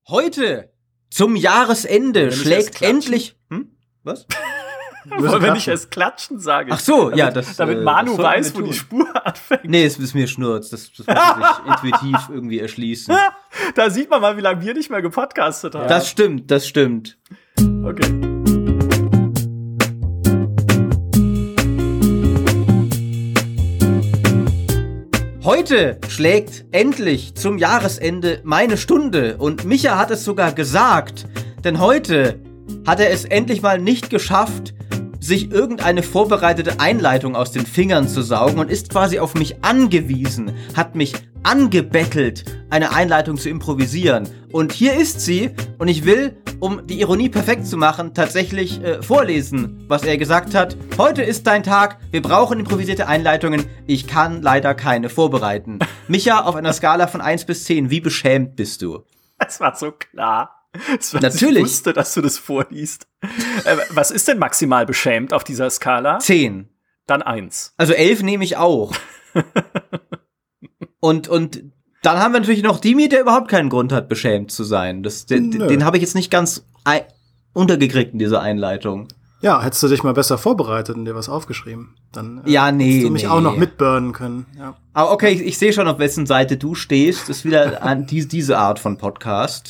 Heute zum Jahresende schlägt endlich. Was? Wollen wir nicht erst klatschen, sage ich. Ach so, ja, damit Manu weiß, wo die Spur anfängt. Nee, es ist mir Schnurz. Das muss man sich intuitiv irgendwie erschließen. Da sieht man mal, wie lange wir nicht mehr gepodcastet haben. Das stimmt. Okay. Heute schlägt endlich zum Jahresende meine Stunde. Und Micha hat es sogar gesagt. Denn heute hat er es endlich mal nicht geschafft, sich irgendeine vorbereitete Einleitung aus den Fingern zu saugen und ist quasi auf mich angewiesen, hat mich angebettelt, eine Einleitung zu improvisieren. Und hier ist sie, und ich will, um die Ironie perfekt zu machen, tatsächlich vorlesen, was er gesagt hat. Heute ist dein Tag, wir brauchen improvisierte Einleitungen, ich kann leider keine vorbereiten. Micha, auf einer Skala von 1 bis 10, wie beschämt bist du? Es war so klar. Natürlich. Ich wusste, dass du das vorliest. Was ist denn maximal beschämt auf dieser Skala? 10. Dann 1. Also 11 nehme ich auch. und dann haben wir natürlich noch Dimi, der überhaupt keinen Grund hat, beschämt zu sein. Den habe ich jetzt nicht ganz untergekriegt in dieser Einleitung. Ja, hättest du dich mal besser vorbereitet und dir was aufgeschrieben, dann hättest du mich auch noch mitburnen können. Ja. Aber okay, ich sehe schon, auf wessen Seite du stehst. Das ist wieder diese Art von Podcast.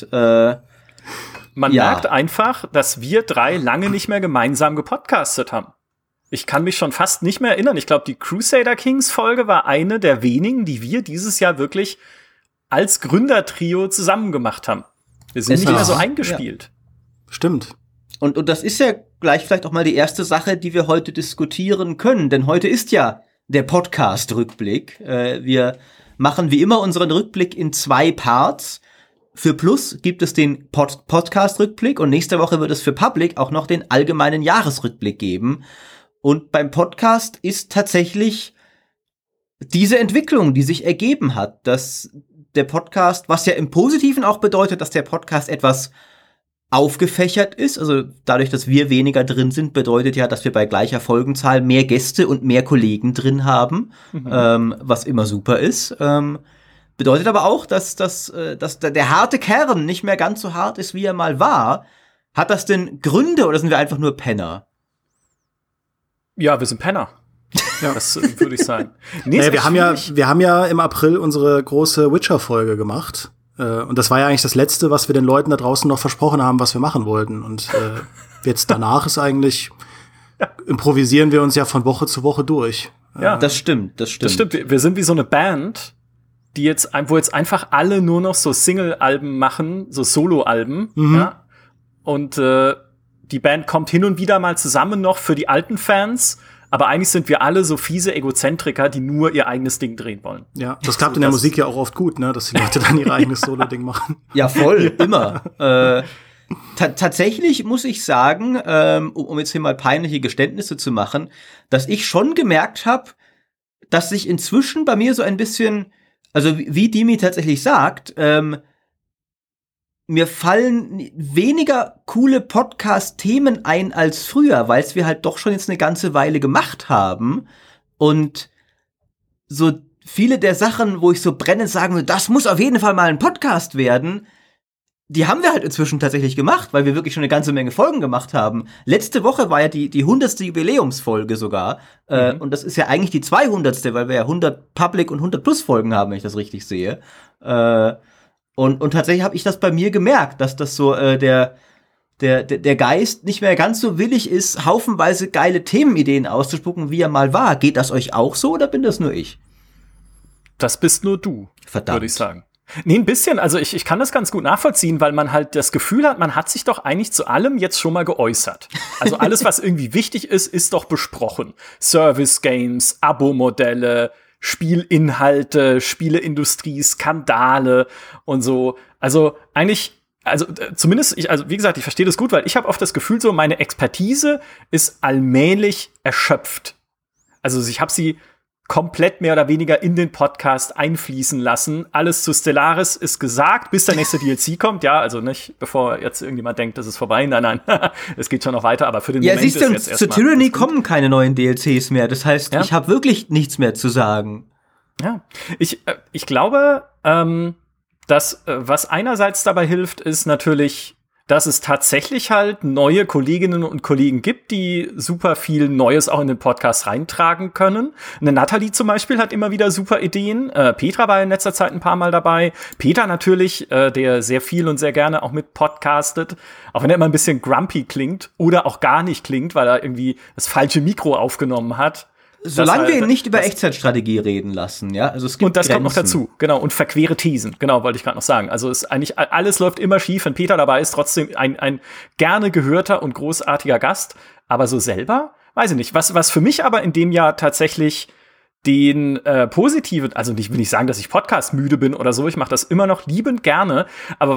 Man merkt einfach, dass wir drei lange nicht mehr gemeinsam gepodcastet haben. Ich kann mich schon fast nicht mehr erinnern. Ich glaube, die Crusader Kings Folge war eine der wenigen, die wir dieses Jahr wirklich als Gründertrio zusammen gemacht haben. Wir sind nicht mehr so eingespielt. Ja. Stimmt. Und das ist ja gleich vielleicht auch mal die erste Sache, die wir heute diskutieren können. Denn heute ist ja der Podcast-Rückblick. Wir machen wie immer unseren Rückblick in 2 Parts. Für Plus gibt es den Podcast-Rückblick und nächste Woche wird es für Public auch noch den allgemeinen Jahresrückblick geben. Und beim Podcast ist tatsächlich diese Entwicklung, die sich ergeben hat, dass der Podcast, was ja im Positiven auch bedeutet, dass der Podcast etwas aufgefächert ist, also dadurch, dass wir weniger drin sind, bedeutet ja, dass wir bei gleicher Folgenzahl mehr Gäste und mehr Kollegen drin haben, was immer super ist. Bedeutet aber auch, dass der harte Kern nicht mehr ganz so hart ist, wie er mal war. Hat das denn Gründe oder sind wir einfach nur Penner? Ja, wir sind Penner. Ja. Das würde ich sagen. Nee, wir haben ja im April unsere große Witcher-Folge gemacht. Und das war ja eigentlich das Letzte, was wir den Leuten da draußen noch versprochen haben, was wir machen wollten. Und jetzt danach ist eigentlich, improvisieren wir uns ja von Woche zu Woche durch. Ja, das stimmt. Das stimmt. Wir sind wie so eine Band, wo jetzt einfach alle nur noch so Single-Alben machen, so Solo-Alben. Ja? Und die Band kommt hin und wieder mal zusammen noch für die alten Fans. Aber eigentlich sind wir alle so fiese Egozentriker, die nur ihr eigenes Ding drehen wollen. Ja, das klappt in der Musik ja auch oft gut, ne, dass die Leute dann ihr eigenes Solo-Ding machen. Ja, voll, immer. Tatsächlich muss ich sagen, um jetzt hier mal peinliche Geständnisse zu machen, dass ich schon gemerkt habe, dass sich inzwischen bei mir so ein bisschen, also wie Dimi tatsächlich sagt, mir fallen weniger coole Podcast-Themen ein als früher, weil es wir halt doch schon jetzt eine ganze Weile gemacht haben. Und so viele der Sachen, wo ich so brennend sagen will, das muss auf jeden Fall mal ein Podcast werden, die haben wir halt inzwischen tatsächlich gemacht, weil wir wirklich schon eine ganze Menge Folgen gemacht haben. Letzte Woche war ja die 100. Jubiläumsfolge sogar. Und das ist ja eigentlich die 200. Weil wir ja 100 Public und 100 Plus Folgen haben, wenn ich das richtig sehe. Und tatsächlich habe ich das bei mir gemerkt, dass das so der Geist nicht mehr ganz so willig ist, haufenweise geile Themenideen auszuspucken, wie er mal war. Geht das euch auch so oder bin das nur ich? Das bist nur du, verdammt, würde ich sagen. Nee, ein bisschen. Also ich kann das ganz gut nachvollziehen, weil man halt das Gefühl hat, man hat sich doch eigentlich zu allem jetzt schon mal geäußert. Also alles, was irgendwie wichtig ist doch besprochen. Service-Games, Abo-Modelle, Spielinhalte, Spieleindustrie, Skandale und so. Also eigentlich, zumindest, wie gesagt, ich verstehe das gut, weil ich habe oft das Gefühl, so meine Expertise ist allmählich erschöpft. Also ich habe sie komplett mehr oder weniger in den Podcast einfließen lassen. Alles zu Stellaris ist gesagt, bis der nächste DLC kommt. Ja, also nicht, bevor jetzt irgendjemand denkt, das ist vorbei. Nein, es geht schon noch weiter, aber für den Moment ist jetzt erstmal. Zu Tyranny kommen keine neuen DLCs mehr. Das heißt, ich habe wirklich nichts mehr zu sagen. Ja, ich glaube, Das, was einerseits dabei hilft, ist natürlich, dass es tatsächlich halt neue Kolleginnen und Kollegen gibt, die super viel Neues auch in den Podcast reintragen können. Eine Nathalie zum Beispiel hat immer wieder super Ideen. Petra war in letzter Zeit ein paar Mal dabei. Peter natürlich, der sehr viel und sehr gerne auch mit podcastet. Auch wenn er immer ein bisschen grumpy klingt oder auch gar nicht klingt, weil er irgendwie das falsche Mikro aufgenommen hat. Solange wir ihn nicht über Echtzeitstrategie reden lassen, ja. Also es gibt und das Grenzen. Kommt noch dazu, genau. Und verquere Thesen, genau, wollte ich gerade noch sagen. Also es ist eigentlich, alles läuft immer schief, wenn Peter dabei ist, trotzdem ein gerne gehörter und großartiger Gast. Aber so selber, weiß ich nicht. Was für mich aber in dem Jahr tatsächlich den positiven, also ich will nicht sagen, dass ich Podcast müde bin oder so, ich mache das immer noch liebend gerne, aber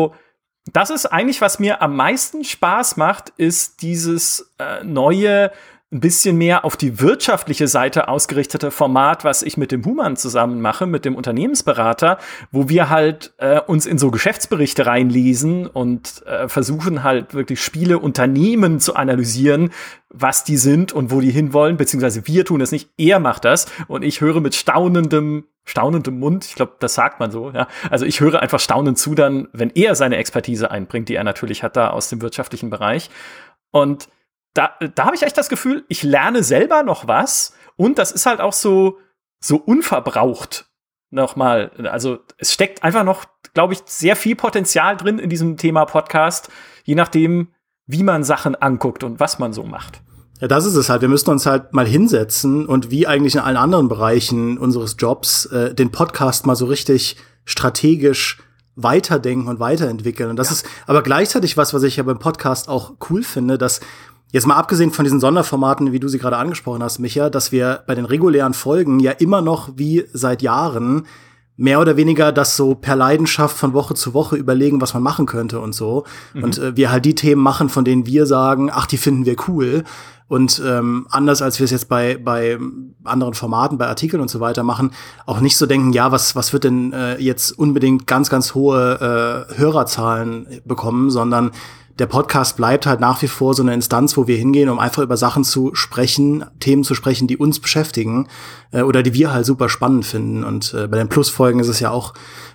das ist eigentlich, was mir am meisten Spaß macht, ist dieses neue, ein bisschen mehr auf die wirtschaftliche Seite ausgerichtete Format, was ich mit dem Human zusammen mache, mit dem Unternehmensberater, wo wir halt uns in so Geschäftsberichte reinlesen und versuchen halt wirklich Spieleunternehmen zu analysieren, was die sind und wo die hinwollen, beziehungsweise wir tun das nicht, er macht das und ich höre mit staunendem Mund, ich glaube, das sagt man so, ja. Also ich höre einfach staunend zu dann, wenn er seine Expertise einbringt, die er natürlich hat da aus dem wirtschaftlichen Bereich. Und da habe ich echt das Gefühl, ich lerne selber noch was und das ist halt auch so unverbraucht nochmal. Also es steckt einfach noch, glaube ich, sehr viel Potenzial drin in diesem Thema Podcast, je nachdem, wie man Sachen anguckt und was man so macht. Ja, das ist es halt. Wir müssen uns halt mal hinsetzen und wie eigentlich in allen anderen Bereichen unseres Jobs den Podcast mal so richtig strategisch weiterdenken und weiterentwickeln. Und das ist aber gleichzeitig was ich ja beim Podcast auch cool finde, dass jetzt mal abgesehen von diesen Sonderformaten, wie du sie gerade angesprochen hast, Micha, dass wir bei den regulären Folgen ja immer noch wie seit Jahren mehr oder weniger das so per Leidenschaft von Woche zu Woche überlegen, was man machen könnte und so. Mhm. Und wir halt die Themen machen, von denen wir sagen, ach, die finden wir cool. Und anders als wir es jetzt bei anderen Formaten, bei Artikeln und so weiter machen, auch nicht so denken, ja, was wird denn jetzt unbedingt ganz, ganz hohe Hörerzahlen bekommen, sondern der Podcast bleibt halt nach wie vor so eine Instanz, wo wir hingehen, um einfach über Sachen zu sprechen, Themen zu sprechen, die uns beschäftigen oder die wir halt super spannend finden. Und bei den Plusfolgen ist es ja auch,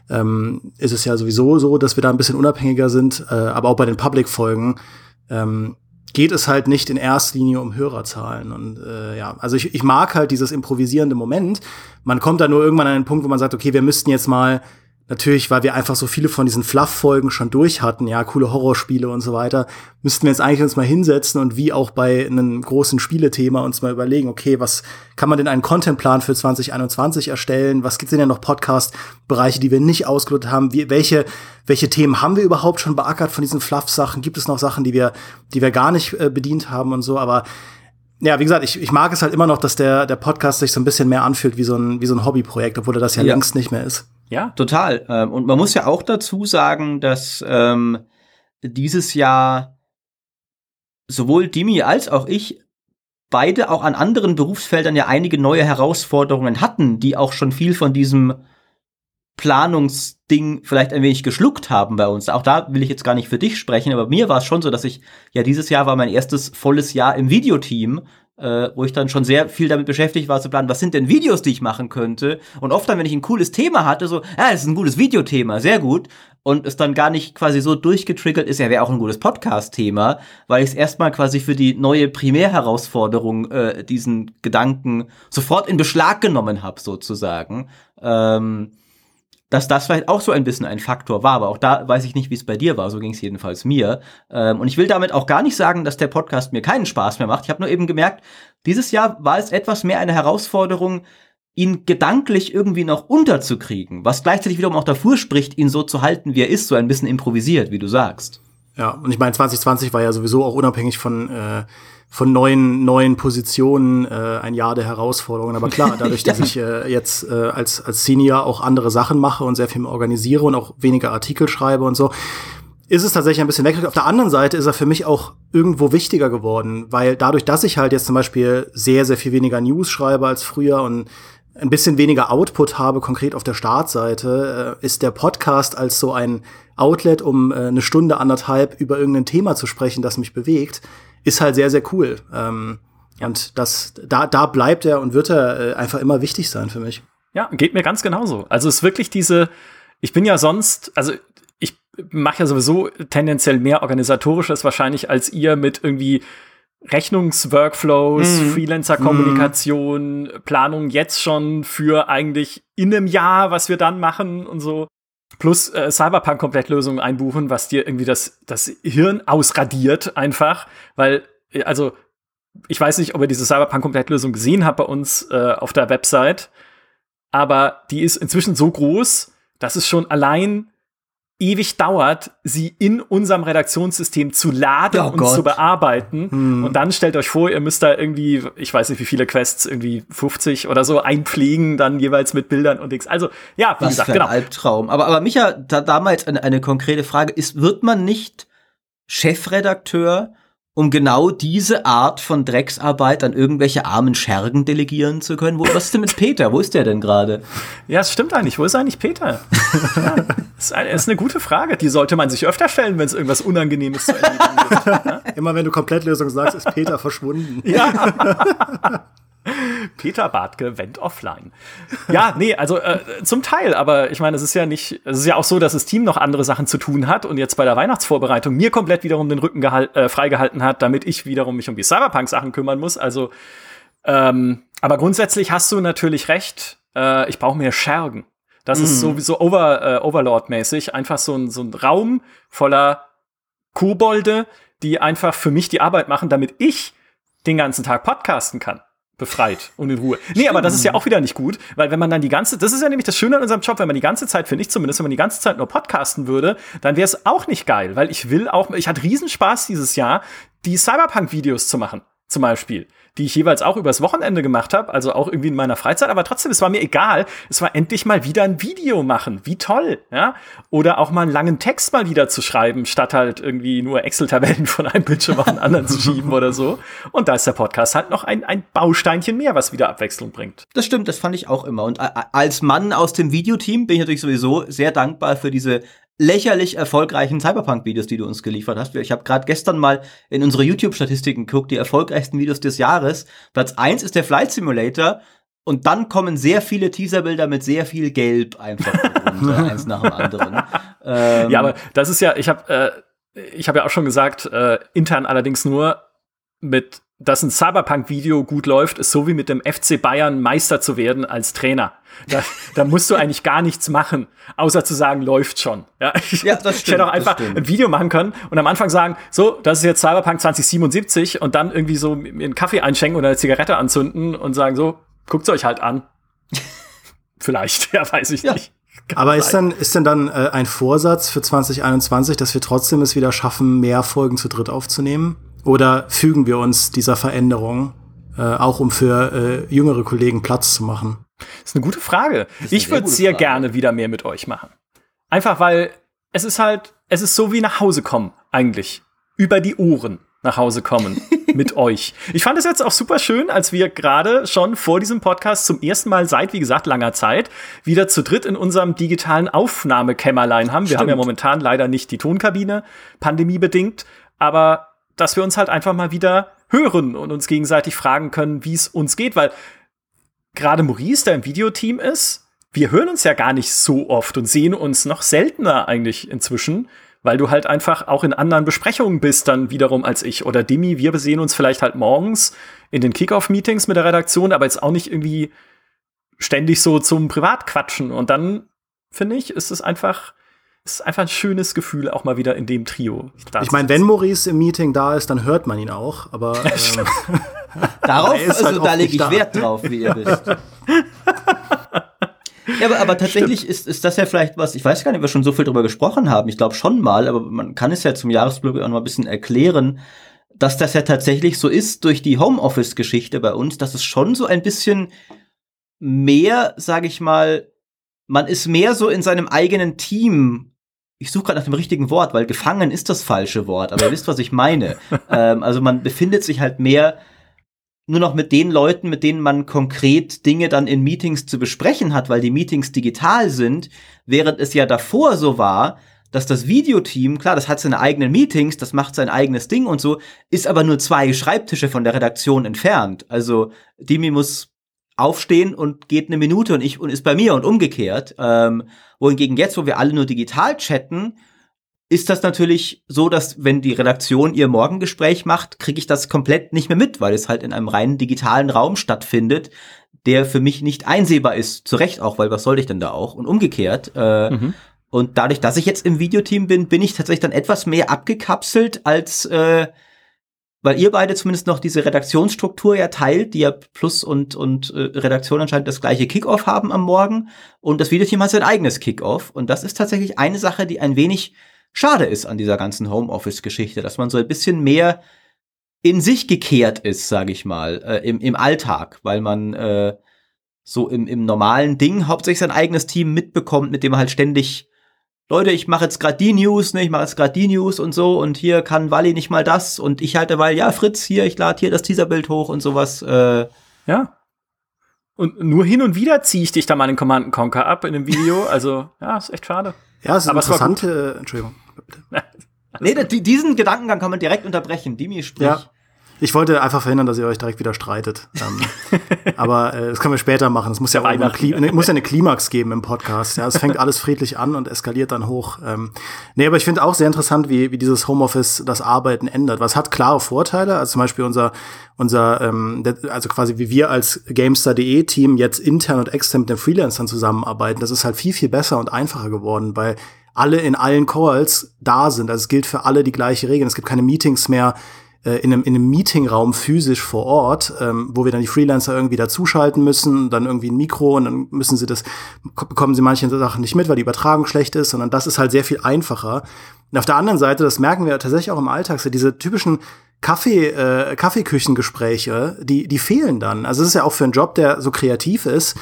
sowieso so, dass wir da ein bisschen unabhängiger sind, aber auch bei den Public-Folgen geht es halt nicht in erster Linie um Hörerzahlen. Und also ich mag halt dieses improvisierende Moment. Man kommt da nur irgendwann an einen Punkt, wo man sagt, okay, wir müssten jetzt mal natürlich, weil wir einfach so viele von diesen Fluff-Folgen schon durch hatten, ja, coole Horrorspiele und so weiter, müssten wir jetzt eigentlich uns mal hinsetzen und wie auch bei einem großen Spielethema uns mal überlegen, okay, was kann man denn einen Contentplan für 2021 erstellen? Was gibt's denn ja noch Podcast-Bereiche, die wir nicht ausgelotet haben? Welche Themen haben wir überhaupt schon beackert von diesen Fluff-Sachen? Gibt es noch Sachen, die wir gar nicht bedient haben und so? Aber ja, wie gesagt, ich mag es halt immer noch, dass der Podcast sich so ein bisschen mehr anfühlt wie so ein Hobbyprojekt, obwohl er das ja längst nicht mehr ist. Ja, total. Und man muss ja auch dazu sagen, dass dieses Jahr sowohl Dimi als auch ich beide auch an anderen Berufsfeldern ja einige neue Herausforderungen hatten, die auch schon viel von diesem Planungsding vielleicht ein wenig geschluckt haben bei uns. Auch da will ich jetzt gar nicht für dich sprechen, aber mir war es schon so, dass dieses Jahr war mein erstes volles Jahr im Videoteam, wo ich dann schon sehr viel damit beschäftigt war zu planen, was sind denn Videos, die ich machen könnte. Und oft dann, wenn ich ein cooles Thema hatte, so, das ist ein gutes Videothema, sehr gut. Und es dann gar nicht quasi so durchgetriggert ist, wäre auch ein gutes Podcast-Thema, weil ich es erstmal quasi für die neue Primärherausforderung diesen Gedanken sofort in Beschlag genommen habe, sozusagen. Dass das vielleicht auch so ein bisschen ein Faktor war, aber auch da weiß ich nicht, wie es bei dir war, so ging es jedenfalls mir. Und ich will damit auch gar nicht sagen, dass der Podcast mir keinen Spaß mehr macht. Ich habe nur eben gemerkt, dieses Jahr war es etwas mehr eine Herausforderung, ihn gedanklich irgendwie noch unterzukriegen, was gleichzeitig wiederum auch dafür spricht, ihn so zu halten, wie er ist, so ein bisschen improvisiert, wie du sagst. Ja, und ich meine, 2020 war ja sowieso auch unabhängig von neuen Positionen ein Jahr der Herausforderungen. Aber klar, dadurch, dass ich jetzt als Senior auch andere Sachen mache und sehr viel mehr organisiere und auch weniger Artikel schreibe und so, ist es tatsächlich ein bisschen weg. Auf der anderen Seite ist er für mich auch irgendwo wichtiger geworden, weil dadurch, dass ich halt jetzt zum Beispiel sehr, sehr viel weniger News schreibe als früher und ein bisschen weniger Output habe, konkret auf der Startseite, ist der Podcast als so ein Outlet, um eine Stunde, anderthalb über irgendein Thema zu sprechen, das mich bewegt, ist halt sehr, sehr cool. Und da bleibt er und wird er einfach immer wichtig sein für mich. Ja, geht mir ganz genauso. Also es ist wirklich ich bin ja sonst, also ich mache ja sowieso tendenziell mehr Organisatorisches wahrscheinlich als ihr mit irgendwie Rechnungsworkflows, Freelancer-Kommunikation, Planung jetzt schon für eigentlich in einem Jahr, was wir dann machen und so. Plus Cyberpunk-Komplettlösungen einbuchen, was dir irgendwie das Hirn ausradiert einfach. Weil, also, ich weiß nicht, ob ihr diese Cyberpunk-Komplettlösung gesehen habt bei uns auf der Website, aber die ist inzwischen so groß, dass es schon allein ewig dauert, sie in unserem Redaktionssystem zu laden und zu bearbeiten. Und dann stellt euch vor, ihr müsst da irgendwie, ich weiß nicht, wie viele Quests, irgendwie 50 oder so einpflegen, dann jeweils mit Bildern und Dings. Also, ja, wie gesagt, genau. Albtraum. Aber Micha, damals eine konkrete Frage ist, wird man nicht Chefredakteur, um genau diese Art von Drecksarbeit an irgendwelche armen Schergen delegieren zu können? Was ist denn mit Peter? Wo ist der denn gerade? Ja, es stimmt eigentlich. Wo ist eigentlich Peter? Ja, ist eine gute Frage. Die sollte man sich öfter stellen, wenn es irgendwas Unangenehmes zu erledigen gibt. Ja? Immer wenn du Komplettlösung sagst, ist Peter verschwunden. Ja. Peter Bartke went offline. Ja, nee, also zum Teil, aber ich meine, es ist ja auch so, dass das Team noch andere Sachen zu tun hat und jetzt bei der Weihnachtsvorbereitung mir komplett wiederum den Rücken freigehalten hat, damit ich wiederum mich um die Cyberpunk-Sachen kümmern muss. Also, aber grundsätzlich hast du natürlich recht, ich brauche mehr Schergen. Das ist sowieso Overlord-mäßig, einfach so ein Raum voller Kobolde, die einfach für mich die Arbeit machen, damit ich den ganzen Tag podcasten kann. Befreit und in Ruhe. Nee, aber das ist ja auch wieder nicht gut, weil wenn man dann das ist ja nämlich das Schöne an unserem Job, wenn man die ganze Zeit, finde ich zumindest, wenn man die ganze Zeit nur podcasten würde, dann wäre es auch nicht geil, weil ich hatte Riesenspaß dieses Jahr, die Cyberpunk-Videos zu machen, zum Beispiel, die ich jeweils auch übers Wochenende gemacht habe, also auch irgendwie in meiner Freizeit, aber trotzdem, es war mir egal, es war endlich mal wieder ein Video machen, wie toll, ja, oder auch mal einen langen Text mal wieder zu schreiben, statt halt irgendwie nur Excel-Tabellen von einem Bildschirm auf den anderen zu schieben oder so, und da ist der Podcast halt noch ein Bausteinchen mehr, was wieder Abwechslung bringt. Das stimmt, das fand ich auch immer, und als Mann aus dem Videoteam bin ich natürlich sowieso sehr dankbar für diese lächerlich erfolgreichen Cyberpunk-Videos, die du uns geliefert hast. Ich habe gerade gestern mal in unsere YouTube-Statistiken geguckt, die erfolgreichsten Videos des Jahres. Platz 1 ist der Flight Simulator und dann kommen sehr viele Teaserbilder mit sehr viel Gelb einfach runter, eins nach dem anderen. Ja, aber das ist ja, ich habe ja auch schon gesagt, intern allerdings nur dass ein Cyberpunk-Video gut läuft, ist so wie mit dem FC Bayern Meister zu werden als Trainer. Da musst du eigentlich gar nichts machen, außer zu sagen, läuft schon. Ja, das stimmt. Ich hätte auch einfach ein Video machen können und am Anfang sagen, so, das ist jetzt Cyberpunk 2077 und dann irgendwie so mir einen Kaffee einschenken oder eine Zigarette anzünden und sagen, so, guckt's euch halt an. Vielleicht, ja, weiß ich nicht. Aber ist denn dann ein Vorsatz für 2021, dass wir trotzdem es wieder schaffen, mehr Folgen zu dritt aufzunehmen? Oder fügen wir uns dieser Veränderung, auch um für jüngere Kollegen Platz zu machen? Das ist eine gute Frage. Ich würde sehr gerne wieder mehr mit euch machen. Einfach weil es ist so wie nach Hause kommen, eigentlich. Über die Ohren nach Hause kommen mit euch. Ich fand es jetzt auch super schön, als wir gerade schon vor diesem Podcast zum ersten Mal seit, wie gesagt, langer Zeit wieder zu dritt in unserem digitalen Aufnahmekämmerlein haben. Wir haben ja momentan leider nicht die Tonkabine, pandemiebedingt, aber dass wir uns halt einfach mal wieder hören und uns gegenseitig fragen können, wie es uns geht, weil gerade Maurice, der im Videoteam ist, wir hören uns ja gar nicht so oft und sehen uns noch seltener eigentlich inzwischen, weil du halt einfach auch in anderen Besprechungen bist dann wiederum als ich oder Dimi. Wir sehen uns vielleicht halt morgens in den Kick-Off-Meetings mit der Redaktion, aber jetzt auch nicht irgendwie ständig so zum Privatquatschen. Und dann, finde ich, ist es einfach ein schönes Gefühl, auch mal wieder in dem Trio. Ich meine, wenn Maurice im Meeting da ist, dann hört man ihn auch. Aber darauf, also da lege ich Wert drauf, wie ihr wisst. Ja, aber tatsächlich ist das ja vielleicht was, ich weiß gar nicht, ob wir schon so viel drüber gesprochen haben. Ich glaube schon mal, aber man kann es ja zum Jahresrückblick auch noch mal ein bisschen erklären, dass das ja tatsächlich so ist durch die Homeoffice-Geschichte bei uns, dass es schon so ein bisschen mehr, sage ich mal, man ist mehr so in seinem eigenen Team. Ich suche gerade nach dem richtigen Wort, weil gefangen ist das falsche Wort, aber ihr wisst, was ich meine. Also man befindet sich halt mehr nur noch mit den Leuten, mit denen man konkret Dinge dann in Meetings zu besprechen hat, weil die Meetings digital sind, während es ja davor so war, dass das Videoteam, klar, das hat seine eigenen Meetings, das macht sein eigenes Ding und so, ist aber nur 2 Schreibtische von der Redaktion entfernt. Also Dimi muss aufstehen und geht eine Minute und ist bei mir und umgekehrt. Wohingegen jetzt, wo wir alle nur digital chatten, ist das natürlich so, dass wenn die Redaktion ihr Morgengespräch macht, kriege ich das komplett nicht mehr mit, weil es halt in einem reinen digitalen Raum stattfindet, der für mich nicht einsehbar ist. Zu Recht auch, weil was sollte ich denn da auch? Und umgekehrt. Und dadurch, dass ich jetzt im Videoteam bin ich tatsächlich dann etwas mehr abgekapselt als weil ihr beide zumindest noch diese Redaktionsstruktur ja teilt, die ja Plus und Redaktion anscheinend das gleiche Kickoff haben am Morgen. Und das Videoteam hat sein eigenes Kickoff. Und das ist tatsächlich eine Sache, die ein wenig schade ist an dieser ganzen Homeoffice-Geschichte, dass man so ein bisschen mehr in sich gekehrt ist, sage ich mal, im Alltag, weil man so im normalen Ding hauptsächlich sein eigenes Team mitbekommt, mit dem man halt ständig Leute, ich mache jetzt gerade die News, ne, ich mache jetzt gerade die News und so und hier kann Wally nicht mal das und ich halt dabei, ja, Fritz, hier, ich lade hier das Teaserbild hoch und sowas. Ja. Und nur hin und wieder ziehe ich dich da mal in Command & Conquer ab in dem Video, also, ja, ist echt schade. Ja, es ist interessant, Entschuldigung. Nee, diesen Gedankengang kann man direkt unterbrechen. Dimi, sprich. Ja. Ich wollte einfach verhindern, dass ihr euch direkt wieder streitet. Aber das können wir später machen. Es muss ja auch eine Klimax geben im Podcast. Ja, es fängt alles friedlich an und eskaliert dann hoch. Nee, aber ich finde auch sehr interessant, wie dieses Homeoffice das Arbeiten ändert. Was hat klare Vorteile? Also zum Beispiel also quasi wie wir als Gamestar.de-Team jetzt intern und extern mit den Freelancern zusammenarbeiten. Das ist halt viel, viel besser und einfacher geworden, weil alle in allen Calls da sind. Also es gilt für alle die gleiche Regel. Es gibt keine Meetings mehr in einem Meetingraum physisch vor Ort, wo wir dann die Freelancer irgendwie dazuschalten müssen, dann irgendwie ein Mikro und dann bekommen sie manche Sachen nicht mit, weil die Übertragung schlecht ist, sondern das ist halt sehr viel einfacher. Und auf der anderen Seite, das merken wir tatsächlich auch im Alltag, so diese typischen Kaffeeküchengespräche, die fehlen dann. Also es ist ja auch für einen Job, der so kreativ ist,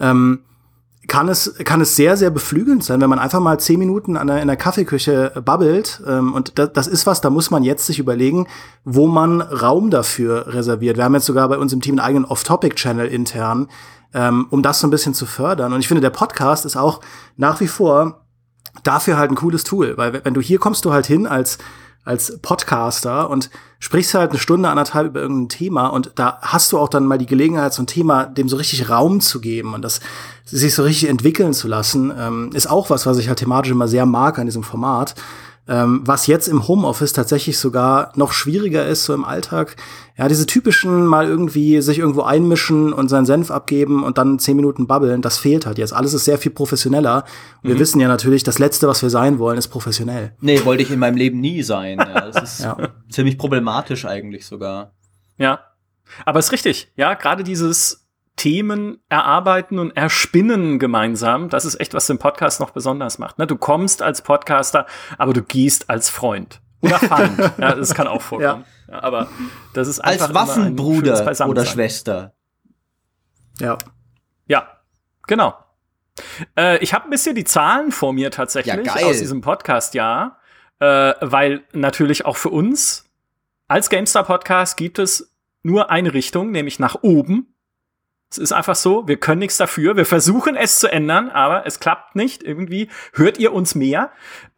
kann es sehr, sehr beflügelnd sein, wenn man einfach mal 10 Minuten in der Kaffeeküche babbelt. Und das ist was, da muss man jetzt sich überlegen, wo man Raum dafür reserviert. Wir haben jetzt sogar bei uns im Team einen eigenen Off-Topic-Channel intern, um das so ein bisschen zu fördern. Und ich finde, der Podcast ist auch nach wie vor dafür halt ein cooles Tool. Weil wenn du hier kommst du halt hin als Podcaster und sprichst halt 1 Stunde, 1,5 über irgendein Thema und da hast du auch dann mal die Gelegenheit, so ein Thema dem so richtig Raum zu geben und das sich so richtig entwickeln zu lassen, ist auch was ich halt thematisch immer sehr mag an diesem Format. Was jetzt im Homeoffice tatsächlich sogar noch schwieriger ist, so im Alltag. Ja, diese typischen mal irgendwie sich irgendwo einmischen und seinen Senf abgeben und dann 10 Minuten babbeln, das fehlt halt jetzt. Alles ist sehr viel professioneller. Und wir wissen ja natürlich, das Letzte, was wir sein wollen, ist professionell. Nee, wollte ich in meinem Leben nie sein. Ja, das ist ziemlich problematisch eigentlich sogar. Ja, aber ist richtig. Ja, gerade dieses Themen erarbeiten und erspinnen gemeinsam, das ist echt, was den Podcast noch besonders macht. Ne? Du kommst als Podcaster, aber du gehst als Freund. Oder Feind. Ja, das kann auch vorkommen. Ja, aber das ist einfach als Waffenbruder oder Schwester. Ja. Ja, genau. Ich habe ein bisschen die Zahlen vor mir tatsächlich aus diesem Podcast-Jahr, weil natürlich auch für uns als GameStar-Podcast gibt es nur eine Richtung, nämlich nach oben. Es ist einfach so, wir können nichts dafür. Wir versuchen es zu ändern, aber es klappt nicht. Irgendwie hört ihr uns mehr.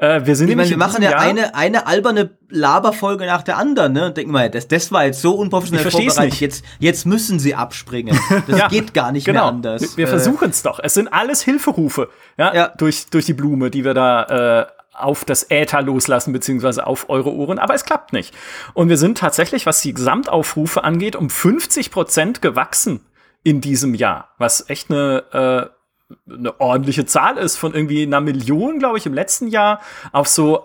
Wir machen ja eine alberne Laberfolge nach der anderen, ne? Und denken mal, das war jetzt so unprofessionell vorbereitet. Jetzt müssen sie abspringen. Das geht gar nicht mehr anders. Wir versuchen es doch. Es sind alles Hilferufe, durch die Blume, die wir da auf das Äther loslassen, beziehungsweise auf eure Ohren, aber es klappt nicht. Und wir sind tatsächlich, was die Gesamtaufrufe angeht, um 50% gewachsen in diesem Jahr, was echt eine ordentliche Zahl ist, von irgendwie 1 Million, glaube ich, im letzten Jahr auf so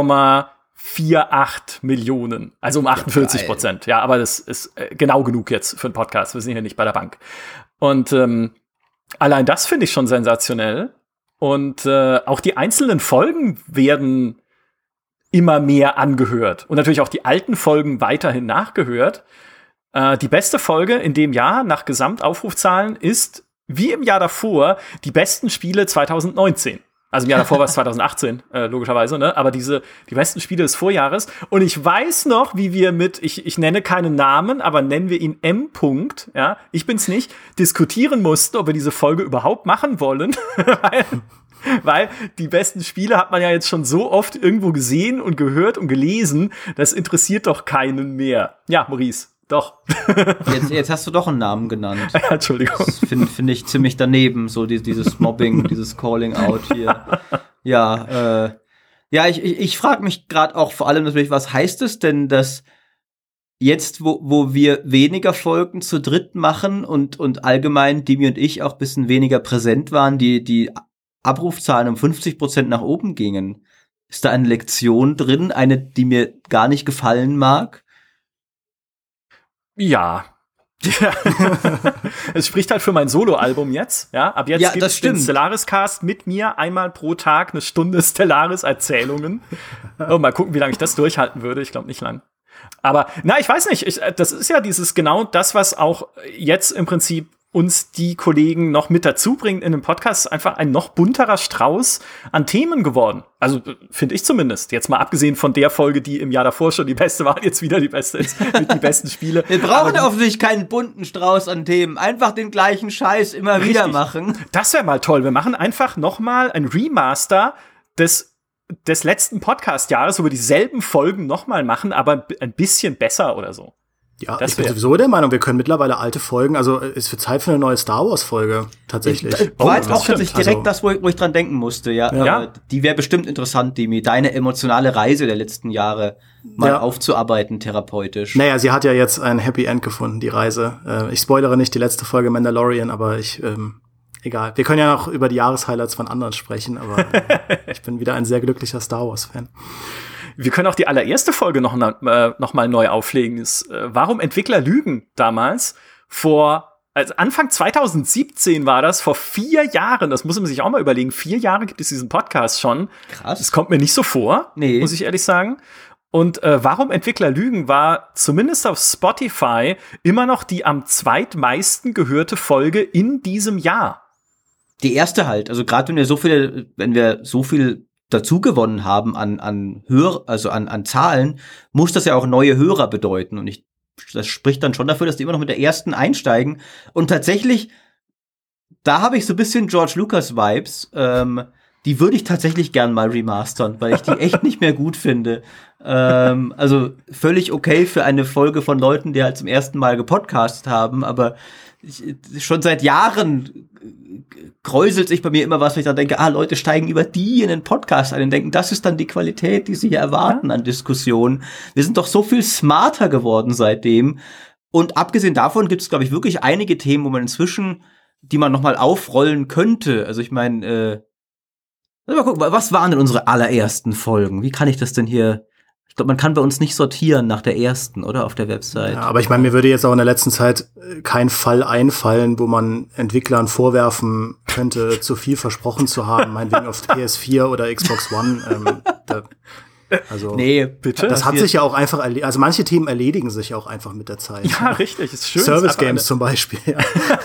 1,48 Millionen, also um 48%. Ja, aber das ist genau genug jetzt für einen Podcast. Wir sind hier nicht bei der Bank. Und allein das finde ich schon sensationell. Und auch die einzelnen Folgen werden immer mehr angehört. Und natürlich auch die alten Folgen weiterhin nachgehört. Die beste Folge in dem Jahr nach Gesamtaufrufzahlen ist, wie im Jahr davor, die besten Spiele 2019. Also im Jahr davor war es 2018, logischerweise, ne? Aber die besten Spiele des Vorjahres. Und ich weiß noch, wie wir ich nenne keinen Namen, aber nennen wir ihn M. Ja, ich bin's nicht, diskutieren mussten, ob wir diese Folge überhaupt machen wollen. Weil die besten Spiele hat man ja jetzt schon so oft irgendwo gesehen und gehört und gelesen, das interessiert doch keinen mehr. Ja, Maurice. Doch. Jetzt hast du doch einen Namen genannt. Ja, Entschuldigung. Das find ich ziemlich daneben, so dieses Mobbing, dieses Calling Out hier. Ja, ich frage mich gerade auch vor allem natürlich, was heißt es denn, dass jetzt, wo wir weniger Folgen zu dritt machen und allgemein Dimi und ich auch ein bisschen weniger präsent waren, die Abrufzahlen um 50% nach oben gingen. Ist da eine Lektion drin, eine, die mir gar nicht gefallen mag? Ja. Es spricht halt für mein Soloalbum jetzt. Ja, ab jetzt gibt es den Stellaris-Cast mit mir einmal pro Tag 1 Stunde Stellaris-Erzählungen. Oh, mal gucken, wie lange ich das durchhalten würde. Ich glaube nicht lang. Aber, ich weiß nicht. Das ist ja genau das, was auch jetzt im Prinzip uns die Kollegen noch mit dazu bringt in dem Podcast, ist einfach ein noch bunterer Strauß an Themen geworden. Also, finde ich zumindest. Jetzt mal abgesehen von der Folge, die im Jahr davor schon die beste war, jetzt wieder die beste ist, mit die besten Spiele. Wir brauchen offensichtlich keinen bunten Strauß an Themen. Einfach den gleichen Scheiß immer wieder machen. Das wäre mal toll. Wir machen einfach noch mal ein Remaster des letzten Podcast-Jahres, wo wir dieselben Folgen noch mal machen, aber ein bisschen besser oder so. Ja, ich bin sowieso der Meinung, wir können mittlerweile alte Folgen, also es wird Zeit für eine neue Star Wars-Folge, tatsächlich. War jetzt auch tatsächlich direkt das, wo ich dran denken musste, ja. Die wäre bestimmt interessant, Dimi, deine emotionale Reise der letzten Jahre mal aufzuarbeiten, therapeutisch. Naja, sie hat ja jetzt ein Happy End gefunden, die Reise. Ich spoilere nicht die letzte Folge Mandalorian, aber egal. Wir können ja noch über die Jahreshighlights von anderen sprechen, aber ich bin wieder ein sehr glücklicher Star Wars-Fan. Wir können auch die allererste Folge noch mal neu auflegen. Warum Entwickler lügen damals also Anfang 2017 war das, vor 4 Jahren, das muss man sich auch mal überlegen, 4 Jahre gibt es diesen Podcast schon. Krass. Das kommt mir nicht so vor, muss ich ehrlich sagen. Und Warum Entwickler lügen war zumindest auf Spotify immer noch die am zweitmeisten gehörte Folge in diesem Jahr. Die erste halt, also gerade wenn wir so viel dazu gewonnen haben an Zahlen, muss das ja auch neue Hörer bedeuten. Und das spricht dann schon dafür, dass die immer noch mit der ersten einsteigen. Und tatsächlich, da habe ich so ein bisschen George Lucas Vibes. Die würde ich tatsächlich gern mal remastern, weil ich die echt nicht mehr gut finde. Also völlig okay für eine Folge von Leuten, die halt zum ersten Mal gepodcastet haben, aber schon seit Jahren kräuselt sich bei mir immer was, wenn ich dann denke, Leute steigen über die in den Podcast ein und denken, das ist dann die Qualität, die sie hier erwarten an Diskussionen. Wir sind doch so viel smarter geworden seitdem. Und abgesehen davon gibt es, glaube ich, wirklich einige Themen, wo man inzwischen, die man noch mal aufrollen könnte. Also ich meine, mal gucken, was waren denn unsere allerersten Folgen? Wie kann ich das denn hier? Ich glaube, man kann bei uns nicht sortieren nach der ersten, oder? Auf der Website. Ja, aber ich meine, mir würde jetzt auch in der letzten Zeit kein Fall einfallen, wo man Entwicklern vorwerfen könnte, zu viel versprochen zu haben, meinetwegen auf PS4 oder Xbox One. Also, nee, bitte. Das hat sich ja auch einfach also manche Themen erledigen sich auch einfach mit der Zeit. Ja, richtig, ist schön. Service Games zum Beispiel. Ja.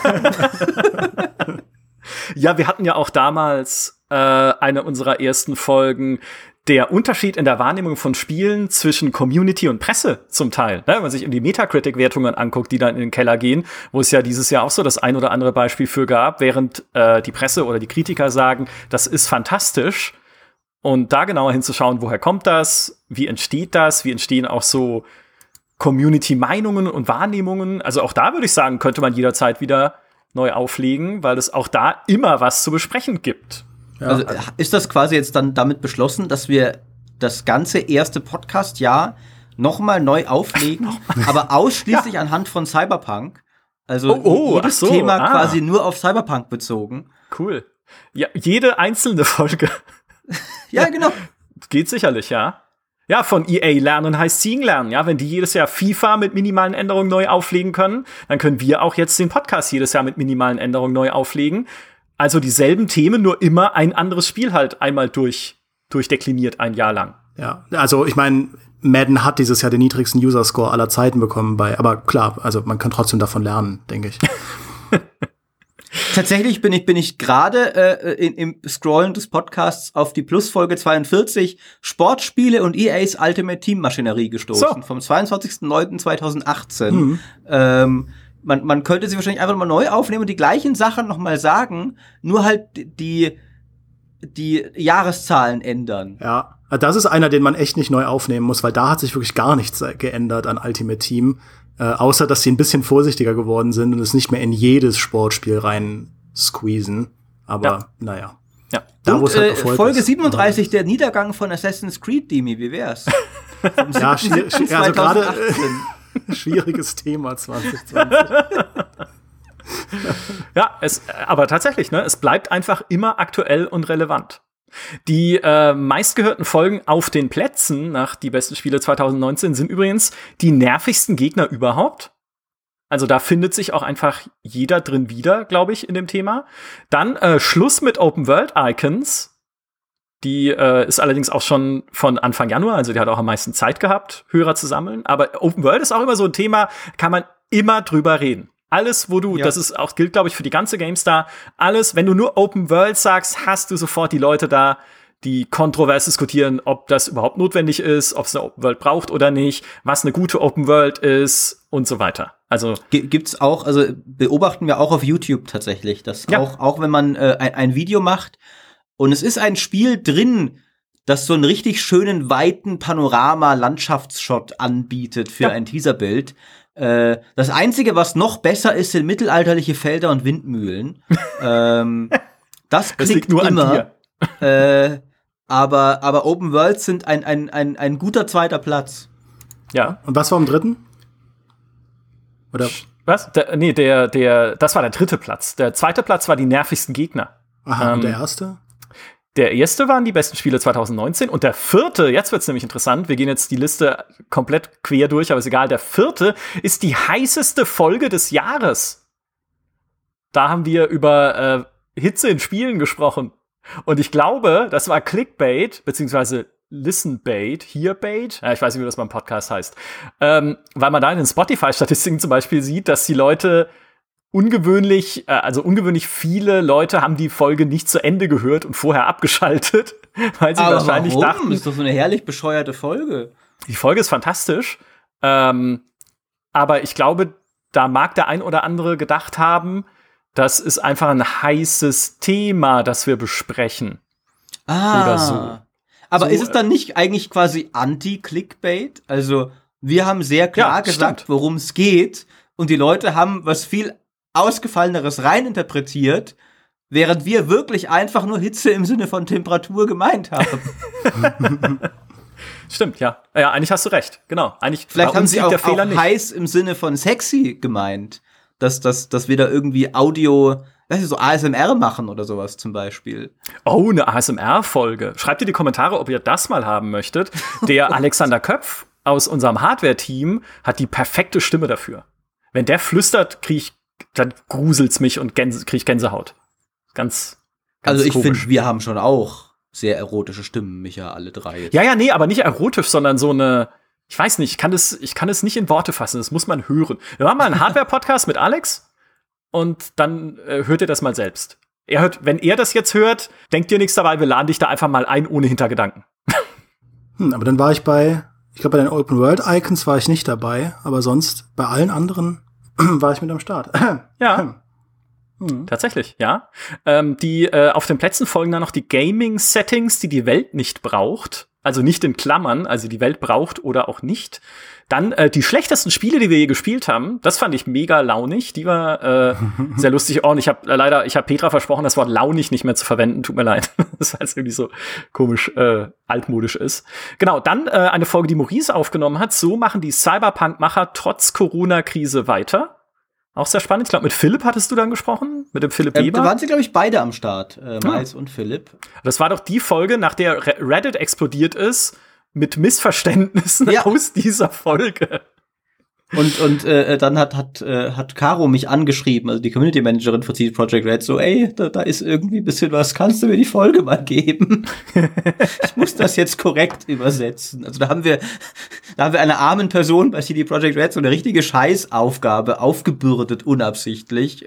Ja, wir hatten ja auch damals eine unserer ersten Folgen, der Unterschied in der Wahrnehmung von Spielen zwischen Community und Presse zum Teil. Ne? Wenn man sich in die Metacritic-Wertungen anguckt, die dann in den Keller gehen, wo es ja dieses Jahr auch so das ein oder andere Beispiel für gab, während die Presse oder die Kritiker sagen, das ist fantastisch. Und da genauer hinzuschauen, woher kommt das, wie entsteht das, wie entstehen auch so Community-Meinungen und Wahrnehmungen. Also auch da würde ich sagen, könnte man jederzeit wieder neu auflegen, weil es auch da immer was zu besprechen gibt. Ja. Also ist das quasi jetzt dann damit beschlossen, dass wir das ganze erste Podcast-Jahr noch mal neu auflegen, aber ausschließlich anhand von Cyberpunk? Also jedes Thema quasi nur auf Cyberpunk bezogen. Cool. Ja, jede einzelne Folge. Ja, genau. Geht sicherlich, ja. Ja, von EA lernen heißt Seeing lernen. Ja, wenn die jedes Jahr FIFA mit minimalen Änderungen neu auflegen können, dann können wir auch jetzt den Podcast jedes Jahr mit minimalen Änderungen neu auflegen. Also dieselben Themen, nur immer ein anderes Spiel halt einmal durchdekliniert ein Jahr lang. Ja, also ich meine, Madden hat dieses Jahr den niedrigsten User-Score aller Zeiten bekommen aber klar, also man kann trotzdem davon lernen, denke ich. Tatsächlich bin ich gerade im Scrollen des Podcasts auf die Plusfolge 42 Sportspiele und EAs Ultimate Team Maschinerie gestoßen, vom 22.09.2018. Man könnte sie wahrscheinlich einfach mal neu aufnehmen und die gleichen Sachen noch mal sagen, nur halt die Jahreszahlen ändern. Ja, das ist einer, den man echt nicht neu aufnehmen muss, weil da hat sich wirklich gar nichts geändert an Ultimate Team. Außer, dass sie ein bisschen vorsichtiger geworden sind und es nicht mehr in jedes Sportspiel rein squeezen. Aber naja. Ja. Da, wo es halt Folge 37, der Niedergang von Assassin's Creed, Dimi, wie wär's? Ja, also gerade schwieriges Thema 2020. Ja, aber tatsächlich, ne, es bleibt einfach immer aktuell und relevant. Die meistgehörten Folgen auf den Plätzen nach die besten Spiele 2019 sind übrigens die nervigsten Gegner überhaupt. Also da findet sich auch einfach jeder drin wieder, glaube ich, in dem Thema. Dann Schluss mit Open World Icons. Die ist allerdings auch schon von Anfang Januar, also die hat auch am meisten Zeit gehabt, Hörer zu sammeln. Aber Open World ist auch immer so ein Thema, kann man immer drüber reden. Alles, wo du, das ist auch, gilt, glaube ich, für die ganze GameStar, alles, wenn du nur Open World sagst, hast du sofort die Leute da, die kontrovers diskutieren, ob das überhaupt notwendig ist, ob es eine Open World braucht oder nicht, was eine gute Open World ist und so weiter. Also gibt's auch, also beobachten wir auch auf YouTube tatsächlich, dass auch wenn man ein Video macht und es ist ein Spiel drin, das so einen richtig schönen, weiten Panorama-Landschaftsshot anbietet für ein Teaserbild. Das Einzige, was noch besser ist, sind mittelalterliche Felder und Windmühlen. Das klickt nur immer. An dir. Aber Open Worlds sind ein guter zweiter Platz. Ja. Und was war am dritten? Oder? Was? Das war der dritte Platz. Der zweite Platz war die nervigsten Gegner. Aha, und der erste? Der erste waren die besten Spiele 2019 und der vierte, jetzt wird's nämlich interessant, wir gehen jetzt die Liste komplett quer durch, aber ist egal, der vierte ist die heißeste Folge des Jahres. Da haben wir über Hitze in Spielen gesprochen. Und ich glaube, das war Clickbait, beziehungsweise Listenbait, Hearbait, ich weiß nicht, wie das beim Podcast heißt, weil man da in den Spotify-Statistiken zum Beispiel sieht, dass die Leute ungewöhnlich viele Leute haben die Folge nicht zu Ende gehört und vorher abgeschaltet, weil sie wahrscheinlich dachten, das ist doch so eine herrlich bescheuerte Folge. Die Folge ist fantastisch, aber ich glaube, da mag der ein oder andere gedacht haben, das ist einfach ein heißes Thema, das wir besprechen. Oder so. Aber ist es dann nicht eigentlich quasi Anti-Clickbait? Also, wir haben sehr klar gesagt, worum es geht, und die Leute haben was viel Ausgefalleneres reininterpretiert, während wir wirklich einfach nur Hitze im Sinne von Temperatur gemeint haben. Stimmt, ja. Ja, eigentlich hast du recht. Genau. Eigentlich vielleicht haben sie auch nicht. Heiß im Sinne von sexy gemeint. Dass wir da irgendwie Audio, so ASMR machen oder sowas zum Beispiel. Oh, eine ASMR-Folge. Schreibt in die Kommentare, ob ihr das mal haben möchtet. Der Alexander Köpf aus unserem Hardware-Team hat die perfekte Stimme dafür. Wenn der flüstert, dann gruselt's mich und krieg ich Gänsehaut. Ganz also ich finde, wir haben schon auch sehr erotische Stimmen, Micha, alle drei. Ja, nee, aber nicht erotisch, sondern so eine, ich weiß nicht, ich kann es nicht in Worte fassen, das muss man hören. Wir machen mal einen Hardware-Podcast mit Alex und dann hört ihr das mal selbst. Wenn er das jetzt hört, denkt ihr nichts dabei, wir laden dich da einfach mal ein, ohne Hintergedanken. Aber dann war ich bei den Open World Icons war ich nicht dabei, aber sonst bei allen anderen war ich mit am Start. Ja. Tatsächlich, ja. Die auf den Plätzen folgen dann noch die Gaming-Settings, die Welt nicht braucht. Also nicht in Klammern, also die Welt braucht oder auch nicht. Dann die schlechtesten Spiele, die wir je gespielt haben. Das fand ich mega launig. Die war sehr lustig. Und ich habe Petra versprochen, das Wort launig nicht mehr zu verwenden. Tut mir leid. Das weil es irgendwie so komisch altmodisch ist. Genau, dann eine Folge, die Maurice aufgenommen hat. So machen die Cyberpunk-Macher trotz Corona-Krise weiter. Auch sehr spannend. Ich glaube, mit Philipp hattest du dann gesprochen? Mit dem Philipp Weber? Da waren sie, glaube ich, beide am Start. Miles und Philipp. Das war doch die Folge, nach der Reddit explodiert ist, mit Missverständnissen aus dieser Folge. Und dann hat Caro mich angeschrieben, also die Community Managerin von CD Projekt Red, so, ey, da ist irgendwie ein bisschen was, kannst du mir die Folge mal geben? Ich muss das jetzt korrekt übersetzen. Also da haben wir einer armen Person bei CD Projekt Red so eine richtige Scheißaufgabe aufgebürdet, unabsichtlich.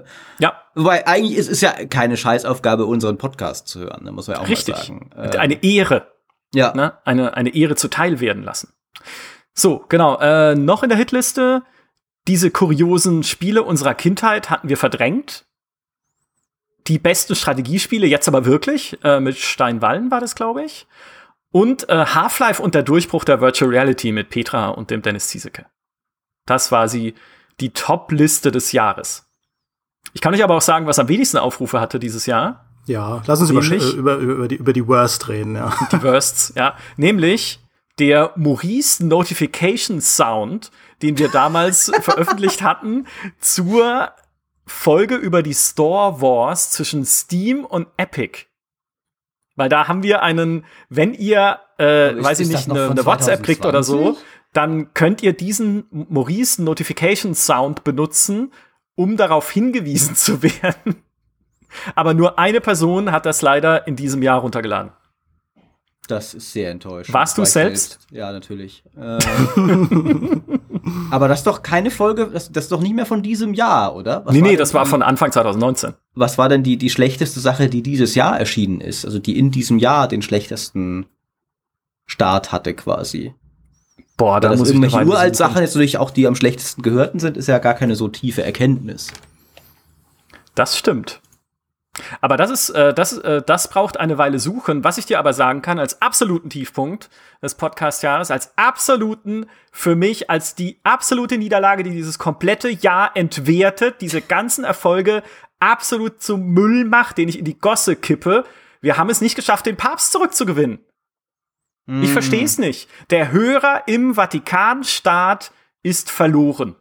Wobei eigentlich ist es ja keine Scheißaufgabe, unseren Podcast zu hören, muss man ja auch mal sagen. Eine Ehre. Ja. Ne? Eine Ehre zuteil werden lassen. So, genau. Noch in der Hitliste, diese kuriosen Spiele unserer Kindheit hatten wir verdrängt. Die besten Strategiespiele, jetzt aber wirklich, mit Steinwallen war das, glaube ich. Und Half-Life und der Durchbruch der Virtual Reality mit Petra und dem Dennis Ziesecke. Das war die Top-Liste des Jahres. Ich kann euch aber auch sagen, was am wenigsten Aufrufe hatte dieses Jahr. Ja, lass uns über die Worst reden, ja. Die Worsts, ja. Nämlich der Maurice Notification Sound, den wir damals veröffentlicht hatten, zur Folge über die Store Wars zwischen Steam und Epic. Weil da haben wir wenn ihr, weiß ich nicht, eine WhatsApp kriegt oder so, dann könnt ihr diesen Maurice Notification Sound benutzen, um darauf hingewiesen zu werden. Aber nur eine Person hat das leider in diesem Jahr runtergeladen. Das ist sehr enttäuschend. Warst du selbst? Ja, natürlich. Aber das ist doch keine Folge, das ist doch nicht mehr von diesem Jahr, oder? Nee, das war von Anfang 2019. Was war denn die schlechteste Sache, die dieses Jahr erschienen ist? Also die in diesem Jahr den schlechtesten Start hatte quasi. Boah, da muss ich irgendwelche uralt Sachen jetzt natürlich auch die am schlechtesten gehörten sind, ist ja gar keine so tiefe Erkenntnis. Das stimmt. Aber das braucht eine Weile suchen. Was ich dir aber sagen kann, als absoluten Tiefpunkt des Podcast-Jahres, für mich als die absolute Niederlage, die dieses komplette Jahr entwertet, diese ganzen Erfolge absolut zum Müll macht, den ich in die Gosse kippe. Wir haben es nicht geschafft, den Papst zurückzugewinnen. Ich verstehe es nicht. Der Hörer im Vatikanstaat ist verloren.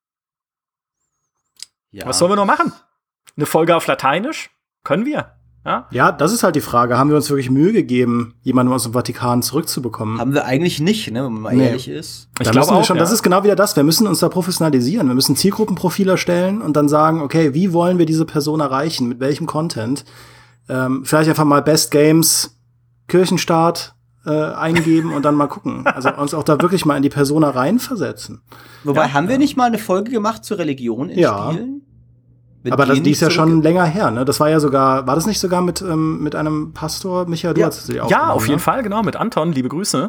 Ja. Was sollen wir noch machen? Eine Folge auf Lateinisch? Können wir. Ja, das ist halt die Frage. Haben wir uns wirklich Mühe gegeben, jemanden aus dem Vatikan zurückzubekommen? Haben wir eigentlich nicht, ne, wenn man mal ehrlich ist. Ich glaube auch, das ist genau wieder das. Wir müssen uns da professionalisieren. Wir müssen Zielgruppenprofile erstellen und dann sagen, okay, wie wollen wir diese Person erreichen? Mit welchem Content? Vielleicht einfach mal Best Games Kirchenstaat eingeben und dann mal gucken. Also uns auch da wirklich mal in die Persona reinversetzen. Wobei, haben wir nicht mal eine Folge gemacht zur Religion in Spielen? Aber die ist ja schon länger her, ne? Das war ja sogar, war das nicht sogar mit einem Pastor, Michael? Du hast sie auch ja, auf jeden Fall, genau, mit Anton, liebe Grüße.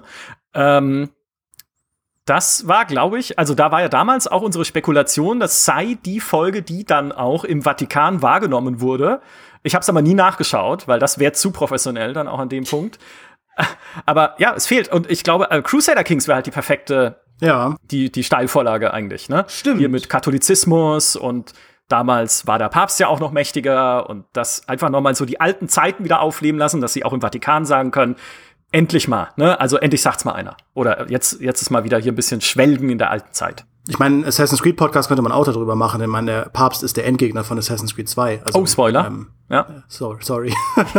Das war, glaube ich, also da war ja damals auch unsere Spekulation, das sei die Folge, die dann auch im Vatikan wahrgenommen wurde. Ich habe es aber nie nachgeschaut, weil das wäre zu professionell dann auch an dem Punkt. Aber ja, es fehlt. Und ich glaube, Crusader Kings wäre halt die perfekte, die Steilvorlage eigentlich, ne? Stimmt. Hier mit Katholizismus und damals war der Papst ja auch noch mächtiger und das einfach nochmal so die alten Zeiten wieder aufleben lassen, dass sie auch im Vatikan sagen können, endlich mal, ne? Also endlich sagt's mal einer. Oder jetzt ist mal wieder hier ein bisschen Schwelgen in der alten Zeit. Ich meine, Assassin's Creed Podcast könnte man auch darüber machen. Ich meine, der Papst ist der Endgegner von Assassin's Creed 2. Also, Spoiler. Sorry.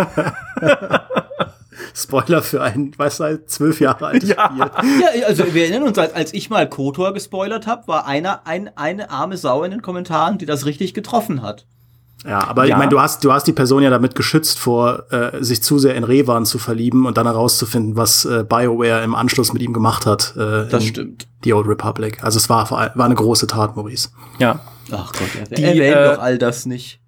Spoiler für ein, 12 Jahre altes Spiel. Ja, also wir erinnern uns, als ich mal KOTOR gespoilert habe, war eine arme Sau in den Kommentaren, die das richtig getroffen hat. Ja, aber ich meine, du hast die Person ja damit geschützt vor, sich zu sehr in Revan zu verlieben und dann herauszufinden, was BioWare im Anschluss mit ihm gemacht hat. Das stimmt. The Old Republic. Also es war eine große Tat, Maurice. Ja. Ach Gott, erwähnt doch all das nicht.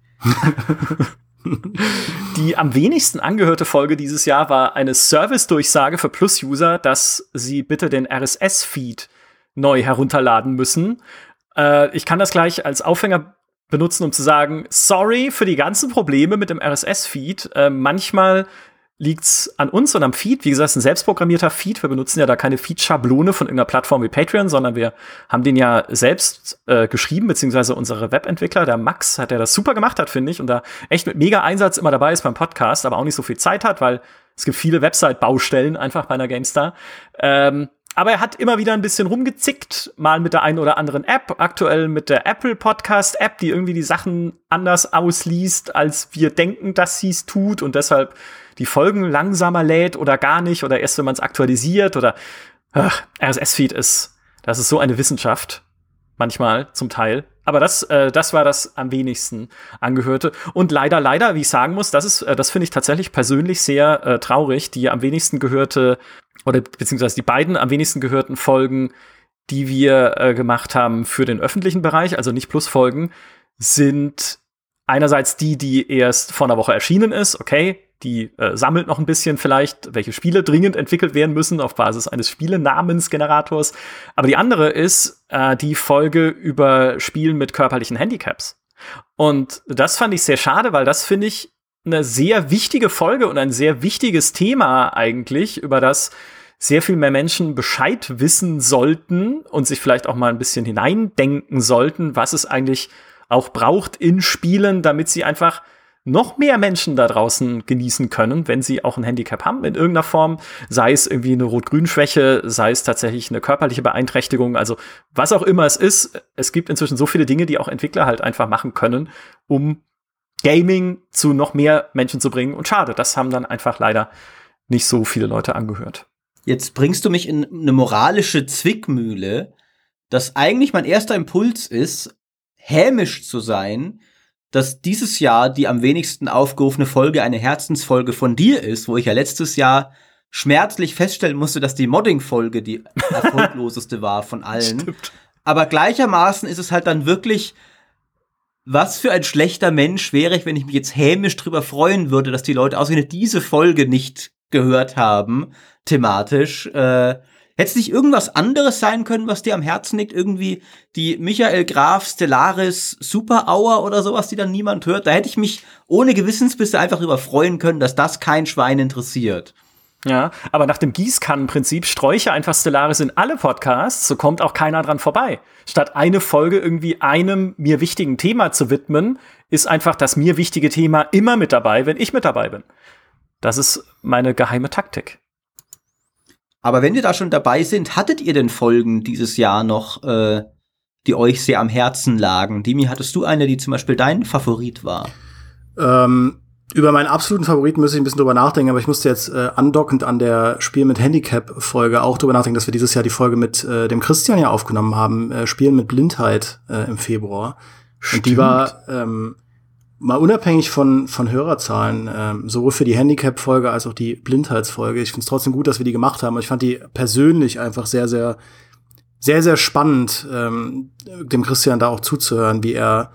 Die am wenigsten angehörte Folge dieses Jahr war eine Service-Durchsage für Plus-User, dass sie bitte den RSS-Feed neu herunterladen müssen. Ich kann das gleich als Aufhänger benutzen, um zu sagen, sorry für die ganzen Probleme mit dem RSS-Feed. Manchmal liegt's an uns und am Feed. Wie gesagt, es ist ein selbstprogrammierter Feed. Wir benutzen ja da keine Feed-Schablone von irgendeiner Plattform wie Patreon, sondern wir haben den ja selbst geschrieben, beziehungsweise unsere Webentwickler, der Max, der das super gemacht hat, finde ich, und da echt mit mega Einsatz immer dabei ist beim Podcast, aber auch nicht so viel Zeit hat, weil es gibt viele Website-Baustellen einfach bei einer GameStar. Aber er hat immer wieder ein bisschen rumgezickt, mal mit der einen oder anderen App, aktuell mit der Apple Podcast App, die irgendwie die Sachen anders ausliest, als wir denken, dass sie es tut und deshalb die Folgen langsamer lädt oder gar nicht oder erst, wenn man es aktualisiert oder RSS-Feed das ist so eine Wissenschaft, manchmal zum Teil. Aber das war das am wenigsten angehörte. Und leider, wie ich sagen muss, das finde ich tatsächlich persönlich sehr traurig, die am wenigsten gehörte oder beziehungsweise die beiden am wenigsten gehörten Folgen, die wir gemacht haben für den öffentlichen Bereich, also nicht Plus-Folgen, sind einerseits die erst vor einer Woche erschienen ist, okay, die sammelt noch ein bisschen vielleicht, welche Spiele dringend entwickelt werden müssen auf Basis eines Spielenamensgenerators. Aber die andere ist die Folge über Spielen mit körperlichen Handicaps. Und das fand ich sehr schade, weil das finde ich eine sehr wichtige Folge und ein sehr wichtiges Thema eigentlich, über das sehr viel mehr Menschen Bescheid wissen sollten und sich vielleicht auch mal ein bisschen hineindenken sollten, was es eigentlich auch braucht in Spielen, damit sie einfach noch mehr Menschen da draußen genießen können, wenn sie auch ein Handicap haben in irgendeiner Form, sei es irgendwie eine Rot-Grün-Schwäche, sei es tatsächlich eine körperliche Beeinträchtigung, also was auch immer es ist. Es gibt inzwischen so viele Dinge, die auch Entwickler halt einfach machen können, um Gaming zu noch mehr Menschen zu bringen. Und schade, das haben dann einfach leider nicht so viele Leute angehört. Jetzt bringst du mich in eine moralische Zwickmühle, dass eigentlich mein erster Impuls ist, hämisch zu sein, dass dieses Jahr die am wenigsten aufgerufene Folge eine Herzensfolge von dir ist, wo ich ja letztes Jahr schmerzlich feststellen musste, dass die Modding-Folge die erfolgloseste war von allen. Stimmt. Aber gleichermaßen ist es halt dann wirklich, was für ein schlechter Mensch wäre ich, wenn ich mich jetzt hämisch drüber freuen würde, dass die Leute ausgerechnet diese Folge nicht gehört haben, thematisch. Hätte es nicht irgendwas anderes sein können, was dir am Herzen liegt? Irgendwie die Michael Graf Stellaris Super Hour oder sowas, die dann niemand hört? Da hätte ich mich ohne Gewissensbisse einfach drüber freuen können, dass das kein Schwein interessiert. Ja, aber nach dem Gießkannenprinzip sträuche einfach Stellaris in alle Podcasts, so kommt auch keiner dran vorbei. Statt eine Folge irgendwie einem mir wichtigen Thema zu widmen, ist einfach das mir wichtige Thema immer mit dabei, wenn ich mit dabei bin. Das ist meine geheime Taktik. Aber wenn wir da schon dabei sind, hattet ihr denn Folgen dieses Jahr noch, die euch sehr am Herzen lagen? Dimi, hattest du eine, die zum Beispiel dein Favorit war? Über meinen absoluten Favoriten müsste ich ein bisschen drüber nachdenken, aber ich musste jetzt andockend an der Spiel mit Handicap-Folge auch drüber nachdenken, dass wir dieses Jahr die Folge mit dem Christian ja aufgenommen haben, Spielen mit Blindheit im Februar. Stimmt. Und die war mal unabhängig von Hörerzahlen, sowohl für die Handicap-Folge als auch die Blindheitsfolge. Ich finde es trotzdem gut, dass wir die gemacht haben. Ich fand die persönlich einfach sehr, sehr, sehr, sehr spannend, dem Christian da auch zuzuhören, wie er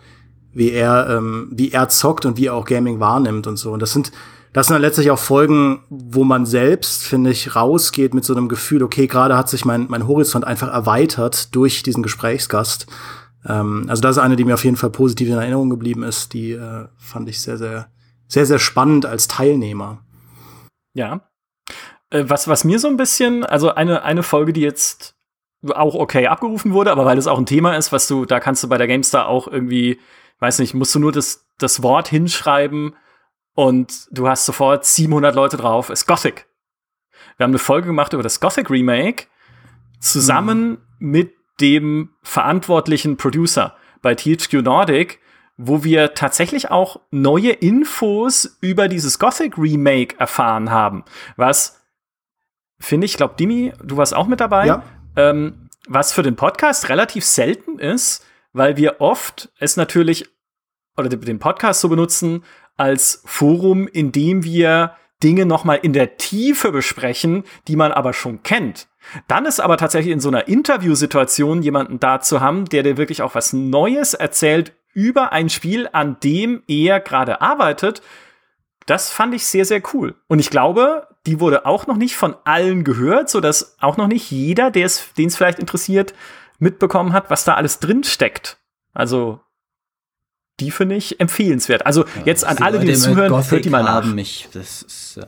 zockt und wie er auch Gaming wahrnimmt und so. Und das sind dann letztlich auch Folgen, wo man selbst, finde ich, rausgeht mit so einem Gefühl, okay, gerade hat sich mein Horizont einfach erweitert durch diesen Gesprächsgast. Also das ist eine, die mir auf jeden Fall positiv in Erinnerung geblieben ist. Die fand ich sehr, sehr, sehr, sehr spannend als Teilnehmer. Ja. Was mir so ein bisschen, also eine Folge, die jetzt auch okay abgerufen wurde, aber weil es auch ein Thema ist, da kannst du bei der GameStar auch irgendwie, weiß nicht, musst du nur das Wort hinschreiben und du hast sofort 700 Leute drauf, ist Gothic. Wir haben eine Folge gemacht über das Gothic Remake zusammen mit dem verantwortlichen Producer bei THQ Nordic, wo wir tatsächlich auch neue Infos über dieses Gothic Remake erfahren haben. Was, finde ich, glaube, Dimi, du warst auch mit dabei, ja. Was für den Podcast relativ selten ist, weil wir oft es natürlich, oder den Podcast so benutzen, als Forum, in dem wir Dinge noch mal in der Tiefe besprechen, die man aber schon kennt. Dann ist aber tatsächlich in so einer Interviewsituation jemanden da zu haben, der dir wirklich auch was Neues erzählt über ein Spiel, an dem er gerade arbeitet. Das fand ich sehr, sehr cool. Und ich glaube, die wurde auch noch nicht von allen gehört, sodass auch noch nicht jeder, den es vielleicht interessiert, mitbekommen hat, was da alles drin steckt. Also die finde ich empfehlenswert. Also ja, jetzt an alle, die zuhören, hört die mal nach. Das ist,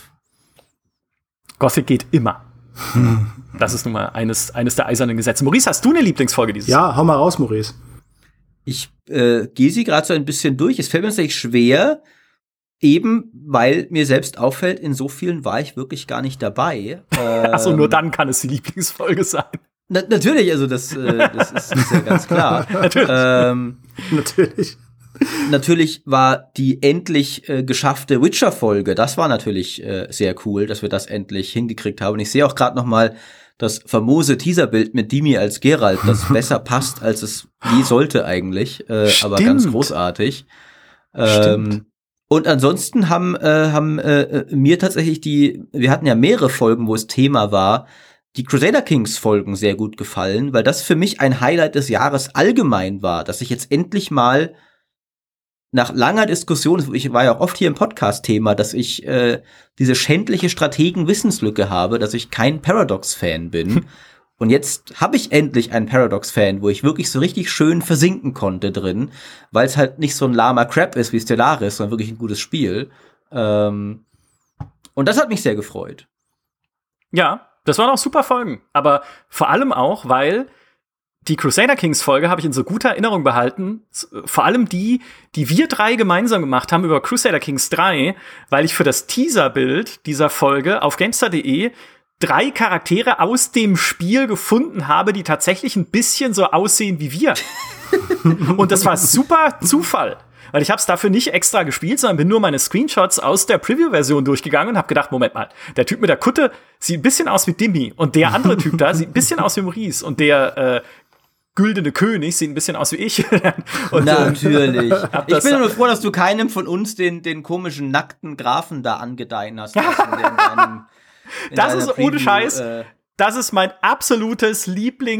Gothic geht immer. Das ist nun mal eines der eisernen Gesetze. Maurice, hast du eine Lieblingsfolge dieses Jahr? Ja, hau mal raus, Maurice. Ich gehe sie gerade so ein bisschen durch. Es fällt mir tatsächlich schwer, eben weil mir selbst auffällt, in so vielen war ich wirklich gar nicht dabei. Achso, nur dann kann es die Lieblingsfolge sein. Natürlich, also das ist ja ganz klar. Natürlich. Natürlich war die endlich geschaffte Witcher-Folge, das war natürlich sehr cool, dass wir das endlich hingekriegt haben. Und ich sehe auch gerade noch mal das famose Teaserbild mit Dimi als Geralt, das besser passt, als es je sollte eigentlich, aber ganz großartig. Und ansonsten haben mir tatsächlich wir hatten ja mehrere Folgen, wo es Thema war, die Crusader Kings Folgen sehr gut gefallen, weil das für mich ein Highlight des Jahres allgemein war, dass ich jetzt endlich mal nach langer Diskussion, ich war ja auch oft hier im Podcast-Thema, dass ich diese schändliche Strategen-Wissenslücke habe, dass ich kein Paradox-Fan bin. Und jetzt habe ich endlich einen Paradox-Fan, wo ich wirklich so richtig schön versinken konnte drin, weil es halt nicht so ein lahmer Crap ist wie Stellaris, sondern wirklich ein gutes Spiel. Und das hat mich sehr gefreut. Ja, Das waren auch super Folgen. Aber vor allem auch, weil die Crusader Kings Folge habe ich in so guter Erinnerung behalten. Vor allem die wir 3 gemeinsam gemacht haben über Crusader Kings 3, weil ich für das Teaserbild dieser Folge auf GameStar.de 3 Charaktere aus dem Spiel gefunden habe, die tatsächlich ein bisschen so aussehen wie wir. Und das war super Zufall. Weil ich habe es dafür nicht extra gespielt, sondern bin nur meine Screenshots aus der Preview-Version durchgegangen und habe gedacht, Moment mal, der Typ mit der Kutte sieht ein bisschen aus wie Dimmy und der andere Typ da sieht ein bisschen aus wie Maurice und der güldene König sieht ein bisschen aus wie ich. Und, natürlich. Ich bin nur froh, dass du keinem von uns den komischen nackten Grafen da angedeihen hast. Das ist Preview, ohne Scheiß. Das ist mein absolutes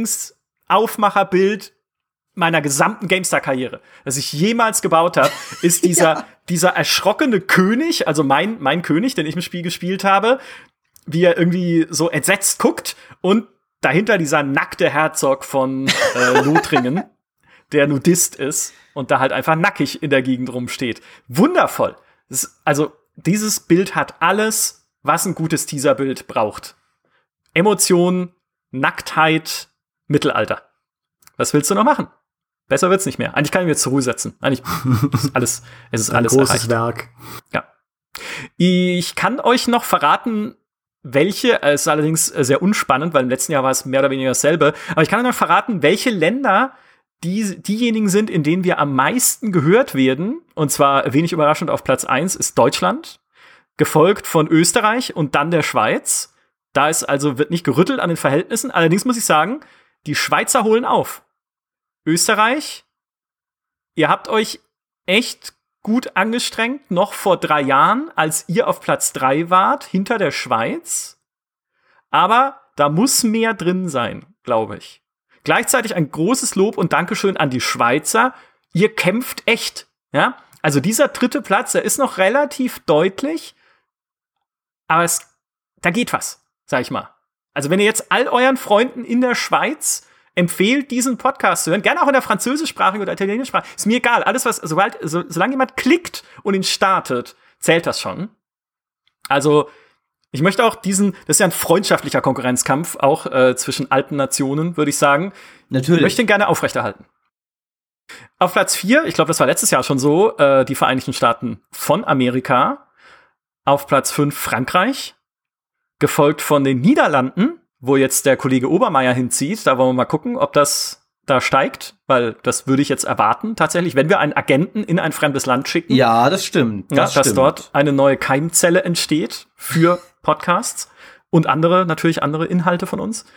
Lieblingsaufmacherbild meiner gesamten GameStar-Karriere, das ich jemals gebaut habe, ist dieser erschrockene König, also mein König, den ich im Spiel gespielt habe, wie er irgendwie so entsetzt guckt und dahinter dieser nackte Herzog von Lothringen, der Nudist ist und da halt einfach nackig in der Gegend rumsteht. Wundervoll. Also dieses Bild hat alles, was ein gutes Teaserbild braucht. Emotion, Nacktheit, Mittelalter. Was willst du noch machen? Besser wird's nicht mehr. Eigentlich kann ich mir jetzt zur Ruhe setzen. Eigentlich es ist alles großes erreicht. Werk. Ja. Ich kann euch noch verraten, welche, es ist allerdings sehr unspannend, weil im letzten Jahr war es mehr oder weniger dasselbe, aber ich kann euch noch verraten, welche Länder diejenigen sind, in denen wir am meisten gehört werden. Und zwar wenig überraschend auf Platz 1 ist Deutschland, gefolgt von Österreich und dann der Schweiz. Da ist also, wird nicht gerüttelt an den Verhältnissen. Allerdings muss ich sagen, die Schweizer holen auf. Österreich, ihr habt euch echt gut angestrengt, noch vor 3 Jahren, als ihr auf Platz 3 wart, hinter der Schweiz. Aber da muss mehr drin sein, glaube ich. Gleichzeitig ein großes Lob und Dankeschön an die Schweizer. Ihr kämpft echt. Ja? Also dieser 3. Platz, der ist noch relativ deutlich, aber da geht was, sag ich mal. Also wenn ihr jetzt all euren Freunden in der Schweiz empfehlt, diesen Podcast zu hören, gerne auch in der französischsprachigen oder italienischsprachigen, ist mir egal. Alles, solange jemand klickt und ihn startet, zählt das schon. Also, ich möchte auch das ist ja ein freundschaftlicher Konkurrenzkampf, auch zwischen alten Nationen, würde ich sagen. Natürlich. Ich möchte ihn gerne aufrechterhalten. Auf Platz 4, ich glaube, das war letztes Jahr schon so, die Vereinigten Staaten von Amerika. Auf Platz 5 Frankreich, gefolgt von den Niederlanden, wo jetzt der Kollege Obermeier hinzieht. Da wollen wir mal gucken, ob das da steigt, weil das würde ich jetzt erwarten, tatsächlich, wenn wir einen Agenten in ein fremdes Land schicken. Ja, das stimmt. Dass dort eine neue Keimzelle entsteht für Podcasts und natürlich andere Inhalte von uns.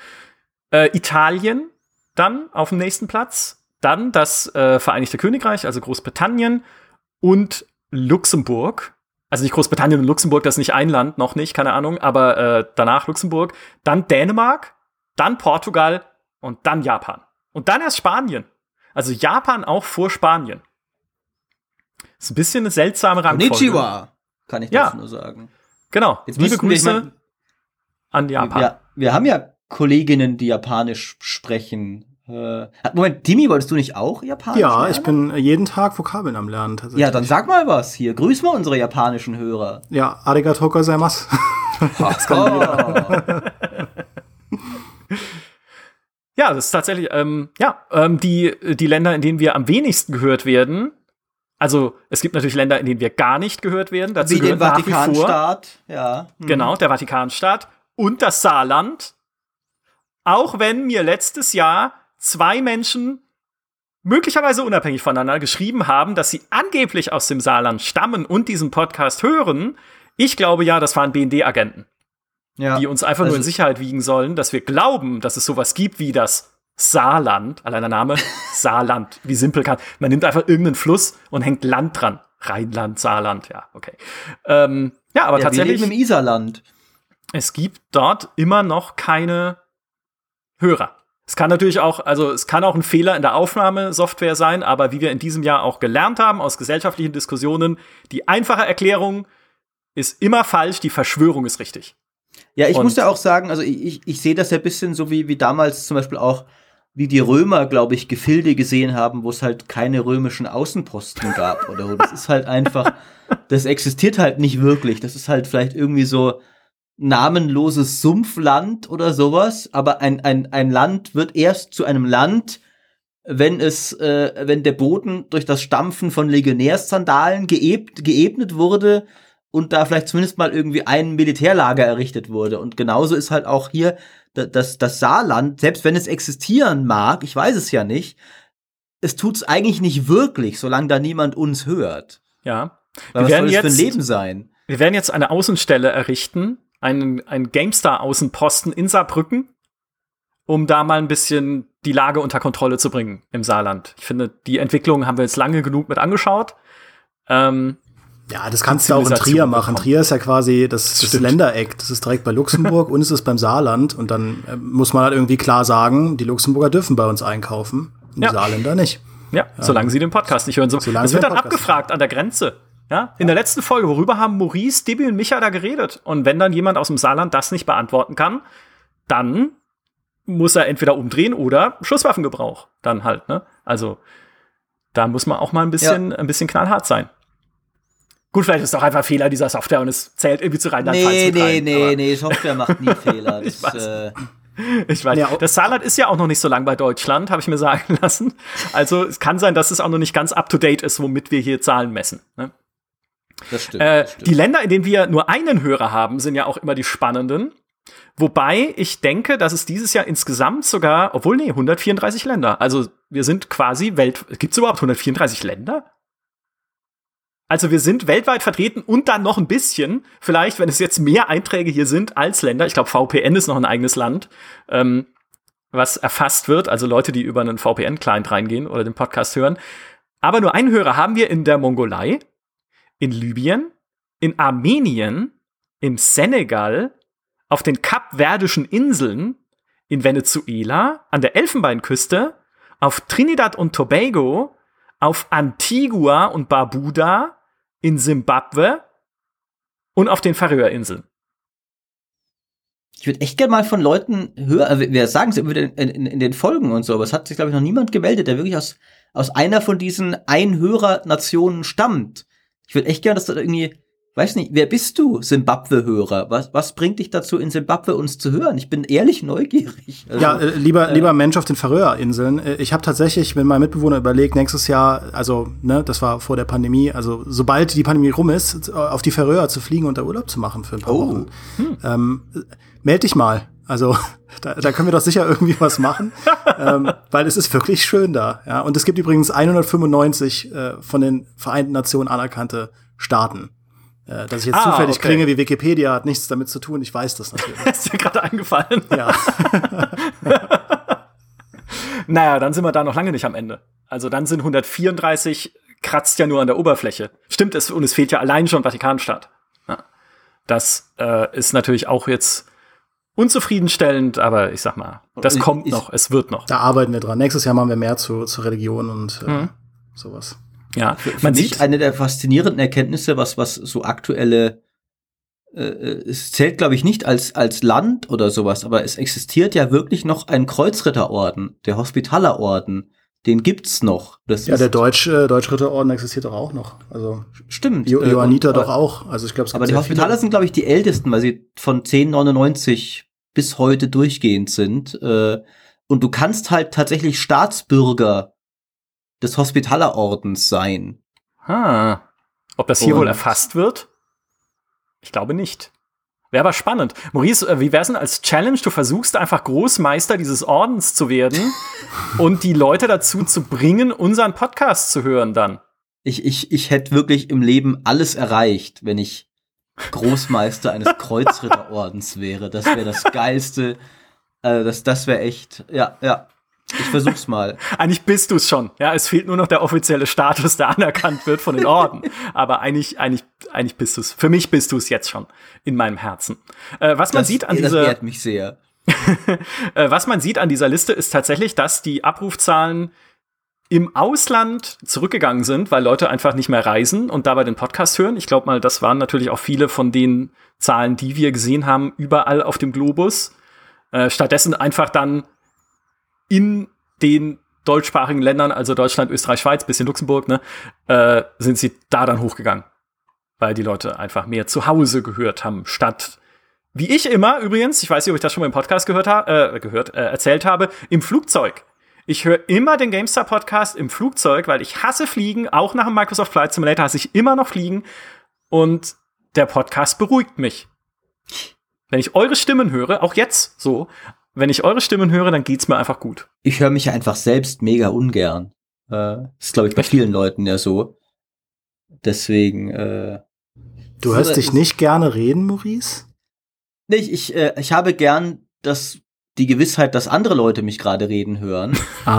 Italien dann auf dem nächsten Platz. Dann das Vereinigte Königreich, also Großbritannien und Luxemburg. Also nicht Großbritannien und Luxemburg, das ist nicht ein Land, noch nicht, keine Ahnung, aber danach Luxemburg, dann Dänemark, dann Portugal und dann Japan. Und dann erst Spanien. Also Japan auch vor Spanien. Ist ein bisschen eine seltsame Rangfolge. Konnichiwa, kann ich dazu nur sagen. Genau. Jetzt liebe Grüße an Japan. Wir haben ja Kolleginnen, die Japanisch sprechen. Moment, Timmy, wolltest du nicht auch Japanisch lernen? Ja, ich bin jeden Tag Vokabeln am Lernen tatsächlich. Ja, dann sag mal was hier. Grüß mal unsere japanischen Hörer. Ja, arigato gozaimasu. Das kann jeder. Ja, das ist tatsächlich, die Länder, in denen wir am wenigsten gehört werden. Also, es gibt natürlich Länder, in denen wir gar nicht gehört werden. Dazu wie den gehört nach wie vor, Vatikanstaat. Ja. Genau, der Vatikanstaat und das Saarland. Auch wenn mir letztes Jahr 2 Menschen möglicherweise unabhängig voneinander geschrieben haben, dass sie angeblich aus dem Saarland stammen und diesen Podcast hören. Ich glaube ja, das waren BND-Agenten, die uns einfach nur in Sicherheit wiegen sollen, dass wir glauben, dass es sowas gibt wie das Saarland. Allein der Name Saarland, wie simpel kann. Man nimmt einfach irgendeinen Fluss und hängt Land dran. Rheinland, Saarland, ja, okay. Aber tatsächlich. Wir leben im Isarland. Es gibt dort immer noch keine Hörer. Es kann natürlich auch, es kann auch ein Fehler in der Aufnahmesoftware sein, aber wie wir in diesem Jahr auch gelernt haben aus gesellschaftlichen Diskussionen, die einfache Erklärung ist immer falsch, die Verschwörung ist richtig. Ja, ich muss ja auch sagen, also ich sehe das ja ein bisschen so wie damals zum Beispiel auch, wie die Römer, glaube ich, Gefilde gesehen haben, wo es halt keine römischen Außenposten gab oder so. Das ist halt einfach, das existiert halt nicht wirklich. Das ist halt vielleicht irgendwie so namenloses Sumpfland oder sowas, aber ein Land wird erst zu einem Land, wenn der Boden durch das Stampfen von Legionärssandalen geebnet wurde und da vielleicht zumindest mal irgendwie ein Militärlager errichtet wurde. Und genauso ist halt auch hier das Saarland, selbst wenn es existieren mag, ich weiß es ja nicht, es tut's eigentlich nicht wirklich, solange da niemand uns hört. Ja. Weil was soll das für ein Leben sein? Wir werden jetzt eine Außenstelle errichten, einen GameStar-Außenposten in Saarbrücken, um da mal ein bisschen die Lage unter Kontrolle zu bringen im Saarland. Ich finde, die Entwicklung haben wir jetzt lange genug mit angeschaut. Ja, das kannst du auch in Trier machen. Trier ist ja quasi das Ländereck. Das ist direkt bei Luxemburg und es ist beim Saarland. Und dann muss man halt irgendwie klar sagen, die Luxemburger dürfen bei uns einkaufen und die Saarländer nicht. Ja, solange sie den Podcast nicht hören. Das wird dann abgefragt an der Grenze. Ja, in der letzten Folge, worüber haben Maurice, Debbie und Micha da geredet? Und wenn dann jemand aus dem Saarland das nicht beantworten kann, dann muss er entweder umdrehen oder Schusswaffengebrauch dann halt, ne? Also, da muss man auch mal ein bisschen knallhart sein. Gut, vielleicht ist es doch einfach Fehler dieser Software und es zählt irgendwie zu Rheinland-Pfalz mit rein. Nee, Software macht nie Fehler. Ich weiß. Ja, das Saarland ist ja auch noch nicht so lang bei Deutschland, habe ich mir sagen lassen. Also, es kann sein, dass es auch noch nicht ganz up-to-date ist, womit wir hier Zahlen messen, ne? Das stimmt. Die Länder, in denen wir nur einen Hörer haben, sind ja auch immer die spannenden. Wobei ich denke, dass es dieses Jahr insgesamt sogar, 134 Länder. Also wir sind quasi Gibt es überhaupt 134 Länder? Also wir sind weltweit vertreten und dann noch ein bisschen, vielleicht, wenn es jetzt mehr Einträge hier sind als Länder. Ich glaube, VPN ist noch ein eigenes Land, was erfasst wird. Also Leute, die über einen VPN-Client reingehen oder den Podcast hören. Aber nur einen Hörer haben wir in der Mongolei, in Libyen, in Armenien, im Senegal, auf den Kapverdischen Inseln, in Venezuela, an der Elfenbeinküste, auf Trinidad und Tobago, auf Antigua und Barbuda, in Simbabwe und auf den Färöerinseln. Ich würde echt gerne mal von Leuten hören, wir sagen es immer in den Folgen und so, aber es hat sich, glaube ich, noch niemand gemeldet, der wirklich aus einer von diesen Einhörer-Nationen stammt. Ich würde echt gerne, dass da irgendwie, weiß nicht, wer bist du, Simbabwe-Hörer? Was bringt dich dazu, in Simbabwe uns zu hören? Ich bin ehrlich neugierig. Also, ja, lieber Mensch auf den Färöerinseln. Ich habe tatsächlich mit meinem Mitbewohner überlegt, nächstes Jahr, also, ne, das war vor der Pandemie, also sobald die Pandemie rum ist, auf die Färöer zu fliegen und da Urlaub zu machen für ein paar Wochen. Meld dich mal. Also, da können wir doch sicher irgendwie was machen, weil es ist wirklich schön da. Ja? Und es gibt übrigens 195 von den Vereinten Nationen anerkannte Staaten. Dass ich jetzt zufällig klinge wie Wikipedia, hat nichts damit zu tun. Ich weiß das natürlich. Ist dir gerade eingefallen? Ja. Naja, dann sind wir da noch lange nicht am Ende. Also dann sind 134, kratzt ja nur an der Oberfläche. Stimmt es, und es fehlt ja allein schon Vatikanstadt. Ja. Das ist natürlich auch jetzt unzufriedenstellend, aber ich sag mal, das kommt noch, es wird noch. Da arbeiten wir dran. Nächstes Jahr machen wir mehr zur Religion und sowas. Ja, man sieht eine der faszinierenden Erkenntnisse, was so aktuelle, es zählt, glaube ich, nicht als Land oder sowas, aber es existiert ja wirklich noch ein Kreuzritterorden, der Hospitalerorden. Den gibt's noch. Der Deutschritterorden existiert doch auch noch. Also stimmt. Johanniter doch auch. Also ich glaube, aber die Hospitaler sind, glaube ich, die ältesten, weil sie von 1099 bis heute durchgehend sind. Und du kannst halt tatsächlich Staatsbürger des Hospitalerordens sein. Ob das hier wohl erfasst wird? Ich glaube nicht. Wäre aber spannend. Maurice, wie wär's denn als Challenge? Du versuchst einfach Großmeister dieses Ordens zu werden und die Leute dazu zu bringen, unseren Podcast zu hören dann. Ich hätte wirklich im Leben alles erreicht, wenn ich Großmeister eines Kreuzritterordens wäre. Das wäre das Geilste. Das wäre echt, ja. Ich versuch's mal. Eigentlich bist du's schon. Ja, es fehlt nur noch der offizielle Status, der anerkannt wird von den Orden. Aber eigentlich bist du's. Für mich bist du's jetzt schon in meinem Herzen. Das ehrt mich sehr. Was man sieht an dieser Liste ist tatsächlich, dass die Abrufzahlen im Ausland zurückgegangen sind, weil Leute einfach nicht mehr reisen und dabei den Podcast hören. Ich glaube mal, das waren natürlich auch viele von den Zahlen, die wir gesehen haben, überall auf dem Globus. Stattdessen einfach dann in den deutschsprachigen Ländern, also Deutschland, Österreich, Schweiz, bisschen Luxemburg, ne, sind sie da dann hochgegangen. Weil die Leute einfach mehr zu Hause gehört haben, statt Wie ich immer übrigens, ich weiß nicht, ob ich das schon mal im Podcast erzählt habe, im Flugzeug. Ich höre immer den GameStar-Podcast im Flugzeug, weil ich hasse Fliegen. Auch nach dem Microsoft Flight Simulator hasse ich immer noch Fliegen. Und der Podcast beruhigt mich. Wenn ich eure Stimmen höre, auch jetzt so, wenn ich eure Stimmen höre, dann geht's mir einfach gut. Ich höre mich ja einfach selbst mega ungern. Das ist, glaube ich, bei vielen Leuten ja so. Deswegen, Du hörst dich nicht gerne reden, Maurice? Nee, ich habe gern die Gewissheit, dass andere Leute mich gerade reden hören.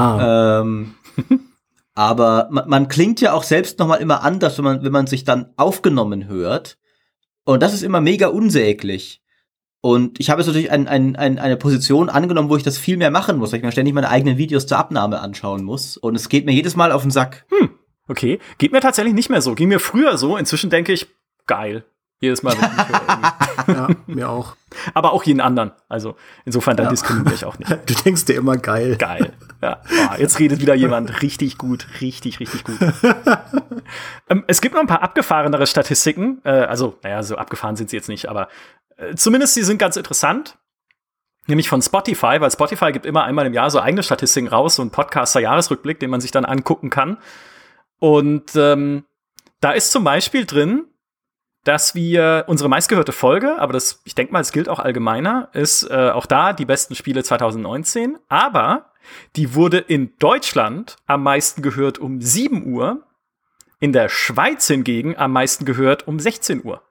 Aber man klingt ja auch selbst noch mal immer anders, wenn man sich dann aufgenommen hört. Und das ist immer mega unsäglich. Und ich habe jetzt natürlich eine Position angenommen, wo ich das viel mehr machen muss, weil ich mir ständig meine eigenen Videos zur Abnahme anschauen muss. Und es geht mir jedes Mal auf den Sack. Okay, geht mir tatsächlich nicht mehr so. Ging mir früher so. Inzwischen denke ich, geil. Jedes Mal, wenn ich mich höre. Ja, mir auch. Aber auch jeden anderen. Also insofern, da diskriminiere ich auch nicht. Du denkst dir immer geil. Geil. Ja. Oh, jetzt redet wieder jemand richtig gut. Richtig, richtig gut. Es gibt noch ein paar abgefahrenere Statistiken. So abgefahren sind sie jetzt nicht, aber zumindest sie sind ganz interessant. Nämlich von Spotify, weil Spotify gibt immer einmal im Jahr so eigene Statistiken raus, so ein Podcaster-Jahresrückblick, den man sich dann angucken kann. Und da ist zum Beispiel drin, dass wir unsere meistgehörte Folge, aber ich denke mal, es gilt auch allgemeiner, ist auch da die besten Spiele 2019. Aber die wurde in Deutschland am meisten gehört um 7 Uhr, in der Schweiz hingegen am meisten gehört um 16 Uhr.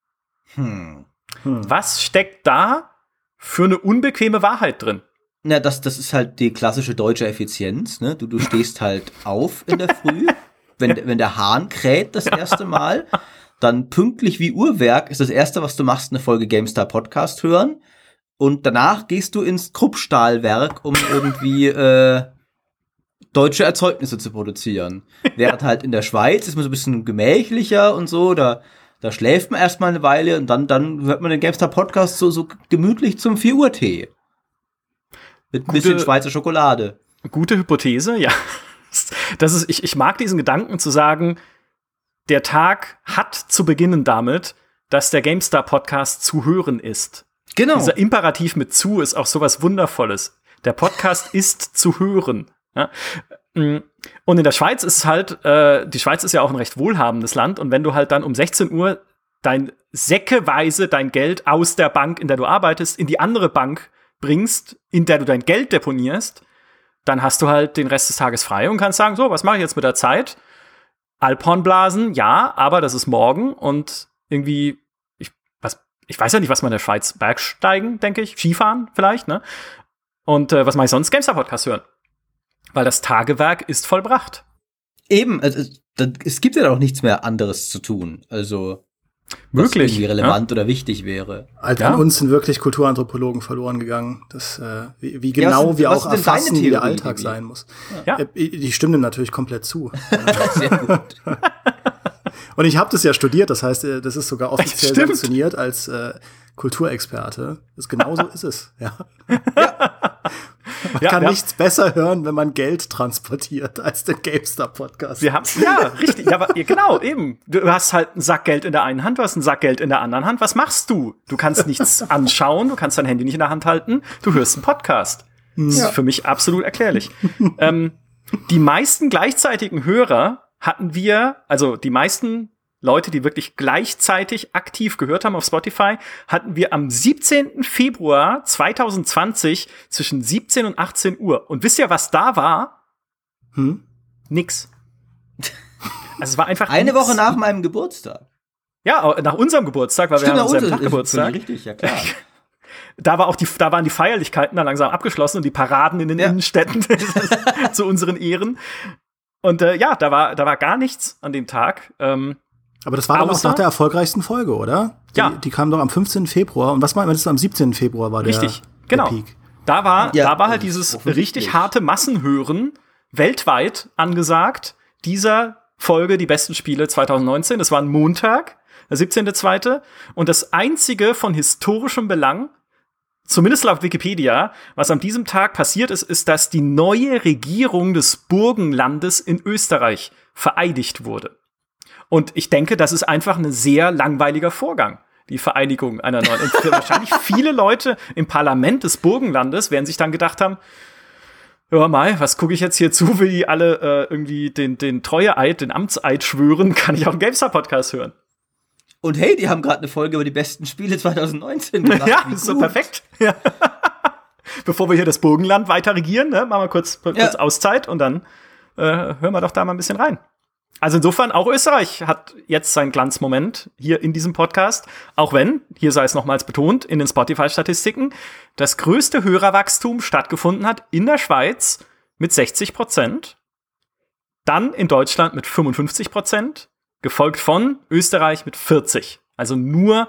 Was steckt da für eine unbequeme Wahrheit drin? Na, das ist halt die klassische deutsche Effizienz, ne? Du stehst halt auf in der Früh, wenn der Hahn kräht das erste Mal. Dann pünktlich wie Uhrwerk ist das Erste, was du machst, eine Folge GameStar Podcast hören. Und danach gehst du ins Kruppstahlwerk, um irgendwie deutsche Erzeugnisse zu produzieren. Während halt in der Schweiz ist man so ein bisschen gemächlicher und so, da schläft man erstmal eine Weile und dann hört man den GameStar Podcast so gemütlich zum 4 Uhr Tee. Mit ein bisschen Schweizer Schokolade. Gute Hypothese, ja. Ich mag diesen Gedanken zu sagen, der Tag hat zu beginnen damit, dass der GameStar-Podcast zu hören ist. Genau. Dieser Imperativ mit zu ist auch sowas Wundervolles. Der Podcast ist zu hören. Ja? Und in der Schweiz ist es halt, die Schweiz ist ja auch ein recht wohlhabendes Land. Und wenn du halt dann um 16 Uhr säckeweise dein Geld aus der Bank, in der du arbeitest, in die andere Bank bringst, in der du dein Geld deponierst, dann hast du halt den Rest des Tages frei und kannst sagen, so, was mache ich jetzt mit der Zeit? Alphornblasen, ja, aber das ist morgen und irgendwie, ich weiß ja nicht, was man in der Schweiz, Bergsteigen, denke ich, Skifahren vielleicht, ne? Und was mache ich sonst? GameStar-Podcast hören. Weil das Tagewerk ist vollbracht. Eben, also, es gibt ja doch nichts mehr anderes zu tun, also was wirklich irgendwie relevant oder wichtig wäre. An uns sind wirklich Kulturanthropologen verloren gegangen. Das, wie genau wir auch erfassen, wie der Alltag sein muss. Ja. Die stimmen natürlich komplett zu. Sehr gut. Und ich habe das ja studiert, das heißt, das ist sogar offiziell sanktioniert als Kulturexperte. Genauso ist es, ja. Man kann nichts besser hören, wenn man Geld transportiert, als den GameStar-Podcast. Ja, richtig. Ja, genau, eben. Du hast halt einen Sack Geld in der einen Hand, du hast einen Sack Geld in der anderen Hand. Was machst du? Du kannst nichts anschauen, du kannst dein Handy nicht in der Hand halten, du hörst einen Podcast. Das ist für mich absolut erklärlich. Die meisten gleichzeitigen Hörer hatten wir, also die meisten Leute, die wirklich gleichzeitig aktiv gehört haben auf Spotify, hatten wir am 17. Februar 2020 zwischen 17 und 18 Uhr. Und wisst ihr, was da war? Nix. Also es war einfach eine Woche nach meinem Geburtstag. Ja, nach unserem Geburtstag, weil wir haben unseren Tag Geburtstag. Richtig, ja klar. Da waren die Feierlichkeiten dann langsam abgeschlossen und die Paraden in den Innenstädten zu unseren Ehren. Und da war gar nichts an dem Tag. Aber das war dann auch nach der erfolgreichsten Folge, oder? Die kam doch am 15. Februar. Und was meint man, das am 17. Februar war richtig, der Peak? Da war halt dieses richtig harte Massenhören weltweit angesagt. Dieser Folge die besten Spiele 2019. Das war ein Montag, der 17.2. Und das einzige von historischem Belang, zumindest laut Wikipedia, was an diesem Tag passiert ist, ist, dass die neue Regierung des Burgenlandes in Österreich vereidigt wurde. Und ich denke, das ist einfach ein sehr langweiliger Vorgang. die Vereinigung einer neuen. Und wahrscheinlich viele Leute im Parlament des Burgenlandes werden sich dann gedacht haben, hör mal, was gucke ich jetzt hier zu, wie die alle irgendwie den Treueeid, den Amtseid schwören, kann ich auch einen GameStar-Podcast hören. Und hey, die haben gerade eine Folge über die besten Spiele 2019 gemacht. Ja, ist so perfekt. Ja. Bevor wir hier das Burgenland weiter regieren, ne, machen wir kurz Auszeit und dann hören wir doch da mal ein bisschen rein. Also insofern, auch Österreich hat jetzt seinen Glanzmoment hier in diesem Podcast, auch wenn, hier sei es nochmals betont, in den Spotify-Statistiken das größte Hörerwachstum stattgefunden hat in der Schweiz mit 60%, dann in Deutschland mit 55%, gefolgt von Österreich mit 40%. Also nur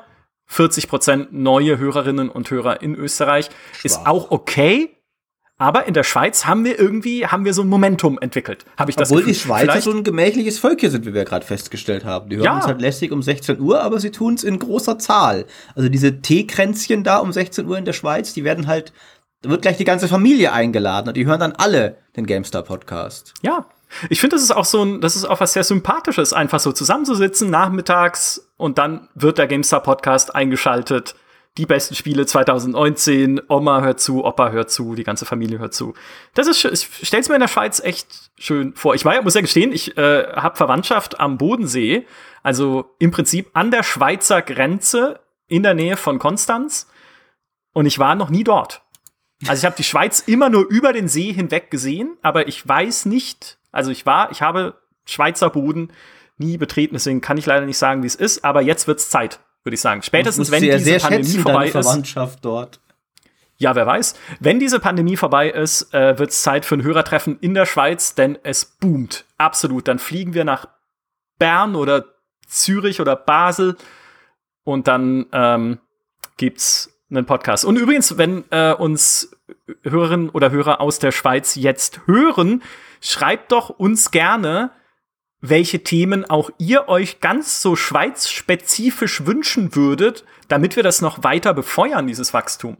40% neue Hörerinnen und Hörer in Österreich. Ist auch okay. Aber in der Schweiz haben wir so ein Momentum entwickelt, habe ich das Gefühl. Obwohl die Schweizer so ein gemächliches Völkchen sind, wie wir gerade festgestellt haben. Die hören uns halt lästig um 16 Uhr, aber sie tun es in großer Zahl. Also diese Teekränzchen da um 16 Uhr in der Schweiz, die werden halt, da wird gleich die ganze Familie eingeladen und die hören dann alle den GameStar-Podcast. Ja, ich finde, das ist auch was sehr Sympathisches, einfach so zusammenzusitzen nachmittags und dann wird der GameStar-Podcast eingeschaltet. Die besten Spiele 2019, Oma hört zu, Opa hört zu, die ganze Familie hört zu. Das ist, ich stell's mir in der Schweiz echt schön vor. Muss ja gestehen, ich habe Verwandtschaft am Bodensee, also im Prinzip an der Schweizer Grenze in der Nähe von Konstanz und ich war noch nie dort. Also ich habe die Schweiz immer nur über den See hinweg gesehen, aber ich weiß nicht, also ich habe Schweizer Boden nie betreten, deswegen kann ich leider nicht sagen, wie es ist, aber jetzt wird's Zeit. Würde ich sagen. Spätestens, wenn diese Pandemie vorbei ist. Verwandtschaft dort. Ja, wer weiß. Wenn diese Pandemie vorbei ist, wird es Zeit für ein Hörertreffen in der Schweiz, denn es boomt. Absolut. Dann fliegen wir nach Bern oder Zürich oder Basel und dann gibt's einen Podcast. Und übrigens, wenn uns Hörerinnen oder Hörer aus der Schweiz jetzt hören, schreibt doch uns gerne, welche Themen auch ihr euch ganz so schweizspezifisch wünschen würdet, damit wir das noch weiter befeuern, dieses Wachstum.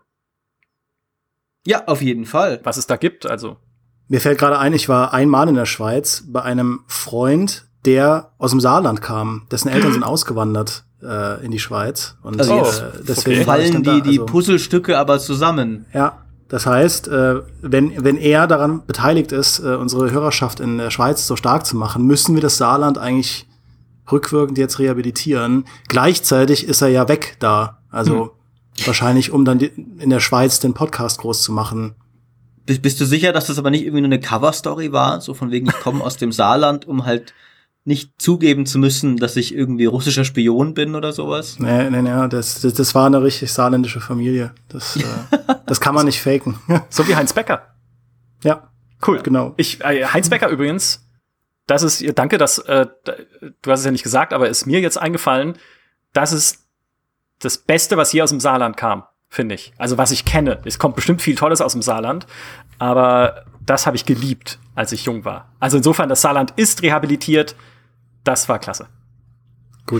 Ja, auf jeden Fall. Was es da gibt, also. Mir fällt gerade ein, ich war einmal in der Schweiz bei einem Freund, der aus dem Saarland kam. Dessen Eltern sind ausgewandert in die Schweiz. Und also deswegen fallen die Puzzlestücke aber zusammen. Ja. Das heißt, wenn er daran beteiligt ist, unsere Hörerschaft in der Schweiz so stark zu machen, müssen wir das Saarland eigentlich rückwirkend jetzt rehabilitieren. Gleichzeitig ist er ja weg da. Also wahrscheinlich, um dann in der Schweiz den Podcast groß zu machen. Bist du sicher, dass das aber nicht irgendwie nur eine Cover-Story war? So von wegen, ich komme aus dem Saarland, um halt nicht zugeben zu müssen, dass ich irgendwie russischer Spion bin oder sowas? Nee, das war eine richtig saarländische Familie. Das kann man nicht faken. So wie Heinz Becker. Ja. Cool. Genau. Heinz Becker übrigens, danke, du hast es ja nicht gesagt, aber ist mir jetzt eingefallen, das ist das Beste, was hier aus dem Saarland kam, finde ich. Also was ich kenne. Es kommt bestimmt viel Tolles aus dem Saarland, aber das habe ich geliebt, als ich jung war. Also insofern, das Saarland ist rehabilitiert. Das war klasse. Gut.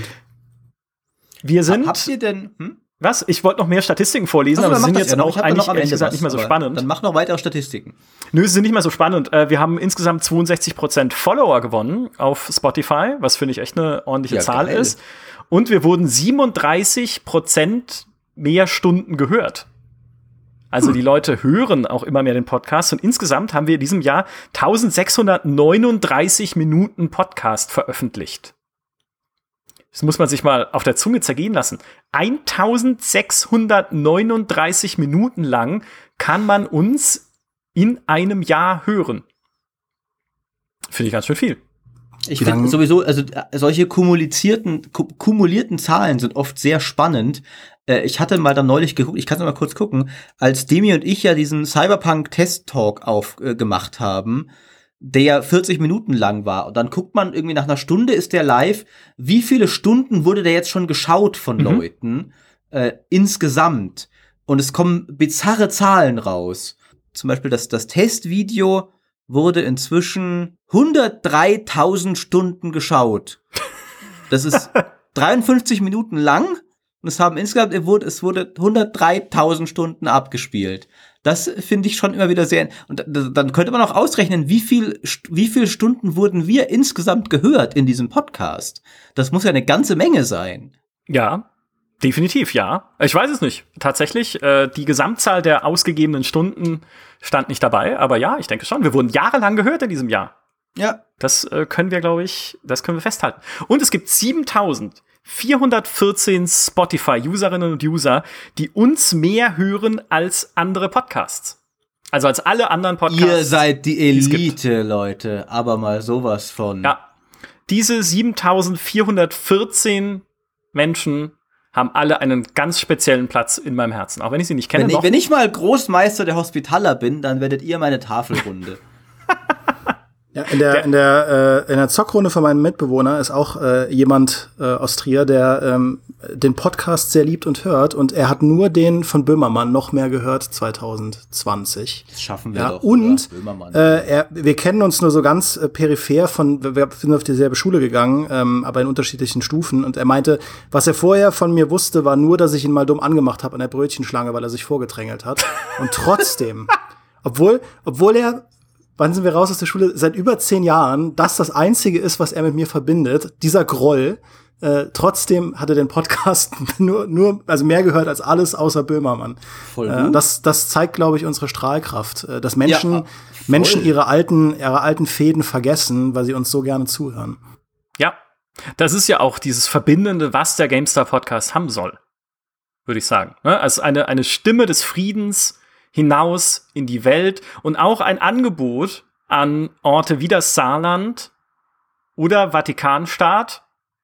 Wir sind. Habt ihr denn? Was? Ich wollte noch mehr Statistiken vorlesen, aber sie sind jetzt auch eigentlich ehrlich gesagt nicht mehr so spannend. Dann mach noch weitere Statistiken. Nö, sie sind nicht mehr so spannend. Wir haben insgesamt 62% Follower gewonnen auf Spotify, was finde ich echt eine ordentliche Zahl ist. Und wir wurden 37% mehr Stunden gehört. Also die Leute hören auch immer mehr den Podcast und insgesamt haben wir in diesem Jahr 1639 Minuten Podcast veröffentlicht. Das muss man sich mal auf der Zunge zergehen lassen. 1639 Minuten lang kann man uns in einem Jahr hören. Finde ich ganz schön viel. Ich finde sowieso, also solche kumulierten Zahlen sind oft sehr spannend. Ich hatte mal dann neulich geguckt, ich kann es mal kurz gucken, als Demi und ich ja diesen Cyberpunk-Test-Talk gemacht haben, der ja 40 Minuten lang war. Und dann guckt man irgendwie nach einer Stunde ist der live, wie viele Stunden wurde der jetzt schon geschaut von Leuten insgesamt. Und es kommen bizarre Zahlen raus. Zum Beispiel das Testvideo wurde inzwischen 103.000 Stunden geschaut. Das ist 53 Minuten lang. Und es wurde 103.000 Stunden abgespielt. Das finde ich schon immer wieder sehr. Und dann könnte man auch ausrechnen, wie viel Stunden wurden wir insgesamt gehört in diesem Podcast. Das muss ja eine ganze Menge sein. Ja, Definitiv, ja. Ich weiß es nicht. Tatsächlich, die Gesamtzahl der ausgegebenen Stunden stand nicht dabei, aber ja, ich denke schon. Wir wurden jahrelang gehört in diesem Jahr. Ja. Das können wir, glaube ich, festhalten. Und es gibt 7.414 Spotify-Userinnen und User, die uns mehr hören als andere Podcasts. Also als alle anderen Podcasts. Ihr seid die Elite, Leute. Aber mal sowas von. Ja. Diese 7.414 Menschen haben alle einen ganz speziellen Platz in meinem Herzen. Auch wenn ich sie nicht kenne. Wenn ich mal Großmeister der Hospitaler bin, dann werdet ihr meine Tafelrunde. Ja, in der Zockrunde von meinem Mitbewohner ist auch jemand aus Trier, der den Podcast sehr liebt und hört. Und er hat nur den von Böhmermann noch mehr gehört 2020. Das schaffen wir doch. Und wir kennen uns nur so ganz peripher wir sind auf dieselbe Schule gegangen, aber in unterschiedlichen Stufen. Und er meinte, was er vorher von mir wusste, war nur, dass ich ihn mal dumm angemacht habe an der Brötchenschlange, weil er sich vorgedrängelt hat. Und trotzdem, obwohl er wann sind wir raus aus der Schule? Seit über 10 Jahren, das Einzige ist, was er mit mir verbindet, dieser Groll. Trotzdem hat er den Podcast also mehr gehört als alles außer Böhmermann. Voll gut. Das zeigt, glaube ich, unsere Strahlkraft, dass Menschen ihre alten Fäden vergessen, weil sie uns so gerne zuhören. Ja, das ist ja auch dieses Verbindende, was der GameStar-Podcast haben soll, würde ich sagen. Also eine Stimme des Friedens hinaus in die Welt und auch ein Angebot an Orte wie das Saarland oder Vatikanstaat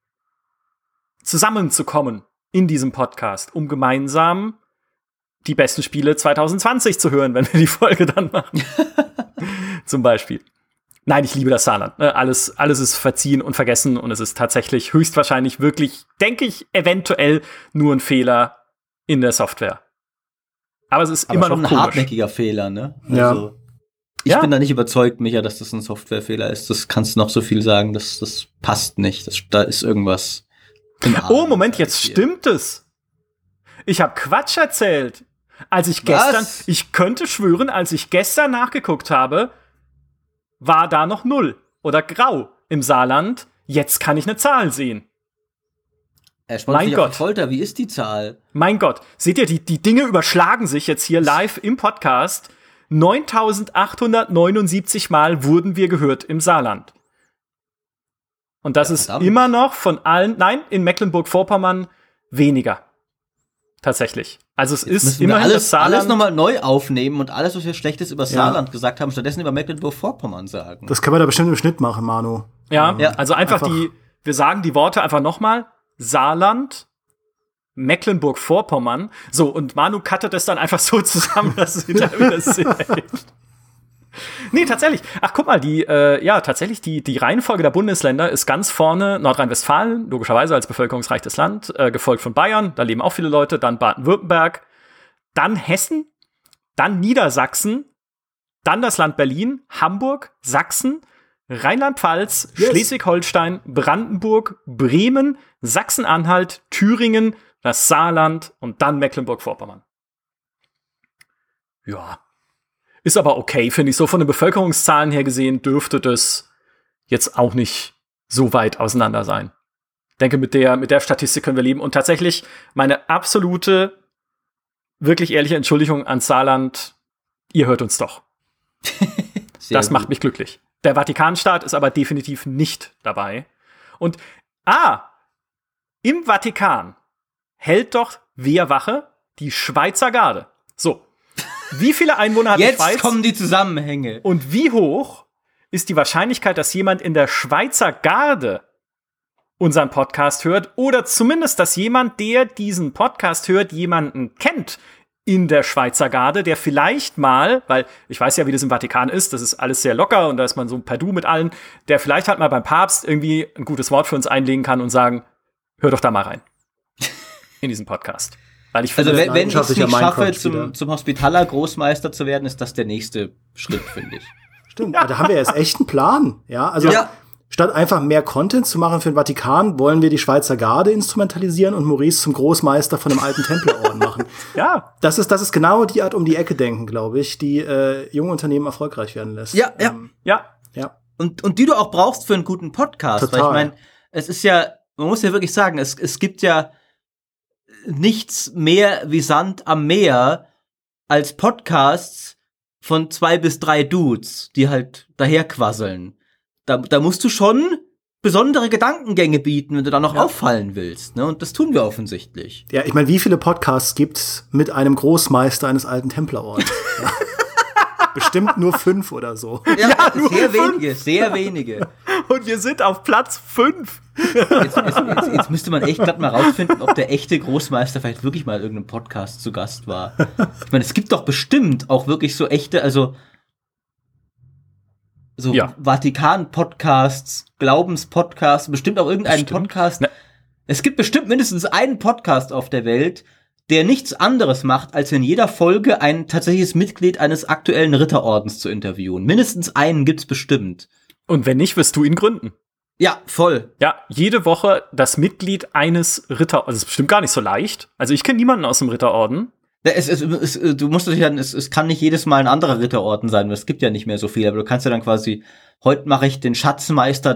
zusammenzukommen in diesem Podcast, um gemeinsam die besten Spiele 2020 zu hören, wenn wir die Folge dann machen. Zum Beispiel. Nein, ich liebe das Saarland. Alles ist verziehen und vergessen und es ist tatsächlich höchstwahrscheinlich wirklich, denke ich, eventuell nur ein Fehler in der Software. Aber es ist immer noch ein komisch. Hartnäckiger Fehler, ne? Ja. Also, ich bin da nicht überzeugt, Micha, dass das ein Softwarefehler ist. Das kannst du noch so viel sagen, das passt nicht. Da ist irgendwas im Argen. Oh, Moment, jetzt stimmt es. Ich habe Quatsch erzählt. Ich könnte schwören, als ich gestern nachgeguckt habe, war da noch 0 oder grau im Saarland. Jetzt kann ich eine Zahl sehen. Mein Gott. Folter, wie ist die Zahl? Mein Gott. Seht ihr, die Dinge überschlagen sich jetzt hier live im Podcast. 9.879 Mal wurden wir gehört im Saarland. Und das ist immer noch von allen, nein, in Mecklenburg-Vorpommern weniger. Tatsächlich. Also es ist immerhin das Saarland. Alles nochmal neu aufnehmen und alles, was wir Schlechtes über Saarland gesagt haben, stattdessen über Mecklenburg-Vorpommern sagen. Das können wir da bestimmt im Schnitt machen, Manu. Ja, also einfach wir sagen die Worte einfach nochmal. Saarland, Mecklenburg-Vorpommern. So, und Manu cuttet es dann einfach so zusammen, dass es hinterher wieder Sinn ergibt. Nee, tatsächlich. Ach, guck mal, die Reihenfolge der Bundesländer ist ganz vorne Nordrhein-Westfalen, logischerweise als bevölkerungsreichstes Land, gefolgt von Bayern, da leben auch viele Leute, dann Baden-Württemberg, dann Hessen, dann Niedersachsen, dann das Land Berlin, Hamburg, Sachsen, Rheinland-Pfalz, Schleswig-Holstein, Brandenburg, Bremen, Sachsen-Anhalt, Thüringen, das Saarland und dann Mecklenburg-Vorpommern. Ja. Ist aber okay, finde ich. So von den Bevölkerungszahlen her gesehen dürfte das jetzt auch nicht so weit auseinander sein. Ich denke, mit der Statistik können wir leben. Und tatsächlich meine absolute, wirklich ehrliche Entschuldigung ans Saarland. Ihr hört uns doch. Das macht mich glücklich. Der Vatikanstaat ist aber definitiv nicht dabei. Und, im Vatikan hält doch Wehrwache die Schweizer Garde. So. Wie viele Einwohner hat die Schweiz? Jetzt kommen die Zusammenhänge. Und wie hoch ist die Wahrscheinlichkeit, dass jemand in der Schweizer Garde unseren Podcast hört? Oder zumindest, dass jemand, der diesen Podcast hört, jemanden kennt in der Schweizer Garde, der vielleicht mal, weil ich weiß ja, wie das im Vatikan ist, das ist alles sehr locker und da ist man so per Du mit allen, der vielleicht halt mal beim Papst irgendwie ein gutes Wort für uns einlegen kann und sagen, hör doch da mal rein. In diesen Podcast. Weil ich finde, wenn ich es nicht schaffe, zum Hospitaler Großmeister zu werden, ist das der nächste Schritt, finde ich. Stimmt, da haben wir jetzt echt einen Plan. Ja, also statt einfach mehr Content zu machen für den Vatikan, wollen wir die Schweizer Garde instrumentalisieren und Maurice zum Großmeister von einem alten Templerorden machen. Ja. Das ist genau die Art um die Ecke denken, glaube ich, die junge Unternehmen erfolgreich werden lässt. Ja. Und die du auch brauchst für einen guten Podcast. Total. Weil ich meine, es ist ja, man muss ja wirklich sagen, es gibt ja nichts mehr wie Sand am Meer als Podcasts von 2 bis 3 Dudes, die halt daherquasseln. Da musst du schon besondere Gedankengänge bieten, wenn du da noch auffallen willst, ne? Und das tun wir offensichtlich. Ja, ich meine, wie viele Podcasts gibt's mit einem Großmeister eines alten Templerordens? Ja. Bestimmt nur 5 oder so. Ja, sehr wenige. Und wir sind auf Platz 5. Jetzt müsste man echt gerade mal rausfinden, ob der echte Großmeister vielleicht wirklich mal in irgendeinem Podcast zu Gast war. Ich meine, es gibt doch bestimmt auch wirklich so echte, also so Vatikan-Podcasts, Glaubenspodcasts, bestimmt auch irgendeinen Podcast. Es gibt bestimmt mindestens einen Podcast auf der Welt, der nichts anderes macht, als in jeder Folge ein tatsächliches Mitglied eines aktuellen Ritterordens zu interviewen. Mindestens einen gibt's bestimmt. Und wenn nicht, wirst du ihn gründen. Ja, voll. Ja, jede Woche das Mitglied eines Ritterordens. Das ist bestimmt gar nicht so leicht. Also ich kenne niemanden aus dem Ritterorden. Du musst dich dann, es kann nicht jedes Mal ein anderer Ritterorden sein, weil es gibt ja nicht mehr so viel, aber du kannst ja dann quasi, heute mache ich den Schatzmeister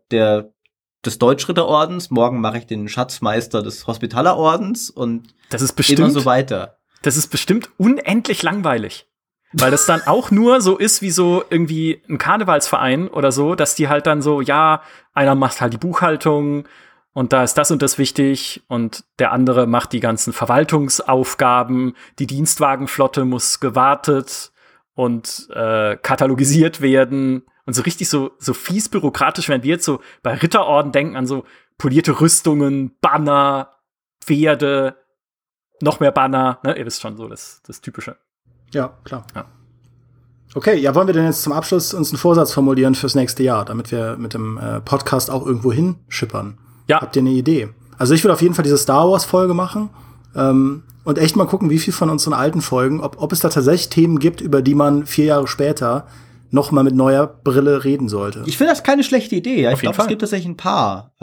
des Deutschritterordens, morgen mache ich den Schatzmeister des Hospitalerordens und das ist bestimmt, immer so weiter. Das ist bestimmt unendlich langweilig. Weil das dann auch nur so ist wie so irgendwie ein Karnevalsverein oder so, dass die halt dann so, ja, einer macht halt die Buchhaltung und da ist das und das wichtig und der andere macht die ganzen Verwaltungsaufgaben, die Dienstwagenflotte muss gewartet und katalogisiert werden und so richtig so fies bürokratisch, wenn wir jetzt so bei Ritterorden denken an so polierte Rüstungen, Banner, Pferde, noch mehr Banner, ne, ihr wisst schon so, das Typische. Ja, klar. Ja. Okay, ja, wollen wir denn jetzt zum Abschluss uns einen Vorsatz formulieren fürs nächste Jahr, damit wir mit dem Podcast auch irgendwo hinschippern? Ja. Habt ihr eine Idee? Also ich würde auf jeden Fall diese Star Wars Folge machen und echt mal gucken, wie viel von unseren alten Folgen, ob es da tatsächlich Themen gibt, über die man 4 Jahre später noch mal mit neuer Brille reden sollte. Ich finde das keine schlechte Idee. Ja? Ich glaube, Fall. Es gibt tatsächlich ein paar.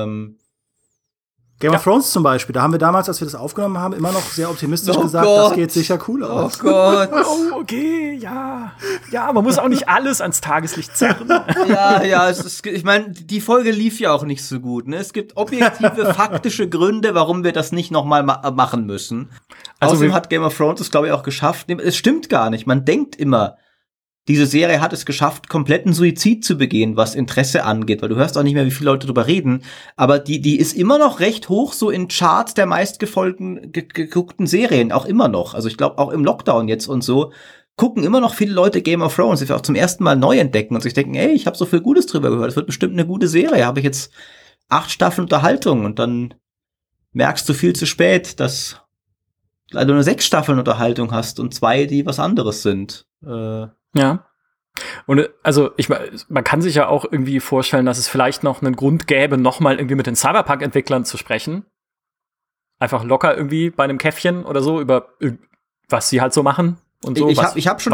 Game of Thrones zum Beispiel, da haben wir damals, als wir das aufgenommen haben, immer noch sehr optimistisch gesagt, Gott. das geht sicher cool aus. Oh Gott. Oh, okay, ja. Ja, man muss auch nicht alles ans Tageslicht zerren. Ja, ich meine, die Folge lief ja auch nicht so gut. Ne? Es gibt objektive, faktische Gründe, warum wir das nicht noch mal machen müssen. Also Außerdem hat Game of Thrones es, glaube ich, auch geschafft. Es stimmt gar nicht. Man denkt immer, diese Serie hat es geschafft, kompletten Suizid zu begehen, was Interesse angeht, weil du hörst auch nicht mehr, wie viele Leute drüber reden, aber die ist immer noch recht hoch, so in Charts der geguckten Serien, auch immer noch. Also ich glaube, auch im Lockdown jetzt und so, gucken immer noch viele Leute Game of Thrones, die wir auch zum ersten Mal neu entdecken und sich denken, ey, ich habe so viel Gutes drüber gehört, es wird bestimmt eine gute Serie, habe ich jetzt 8 Staffeln Unterhaltung und dann merkst du viel zu spät, dass du nur 6 Staffeln Unterhaltung hast und 2, die was anderes sind. Ja. Und also man kann sich ja auch irgendwie vorstellen, dass es vielleicht noch einen Grund gäbe, noch mal irgendwie mit den Cyberpunk-Entwicklern zu sprechen. Einfach locker irgendwie bei einem Käffchen oder so über was sie halt so machen und so. Ich hab schon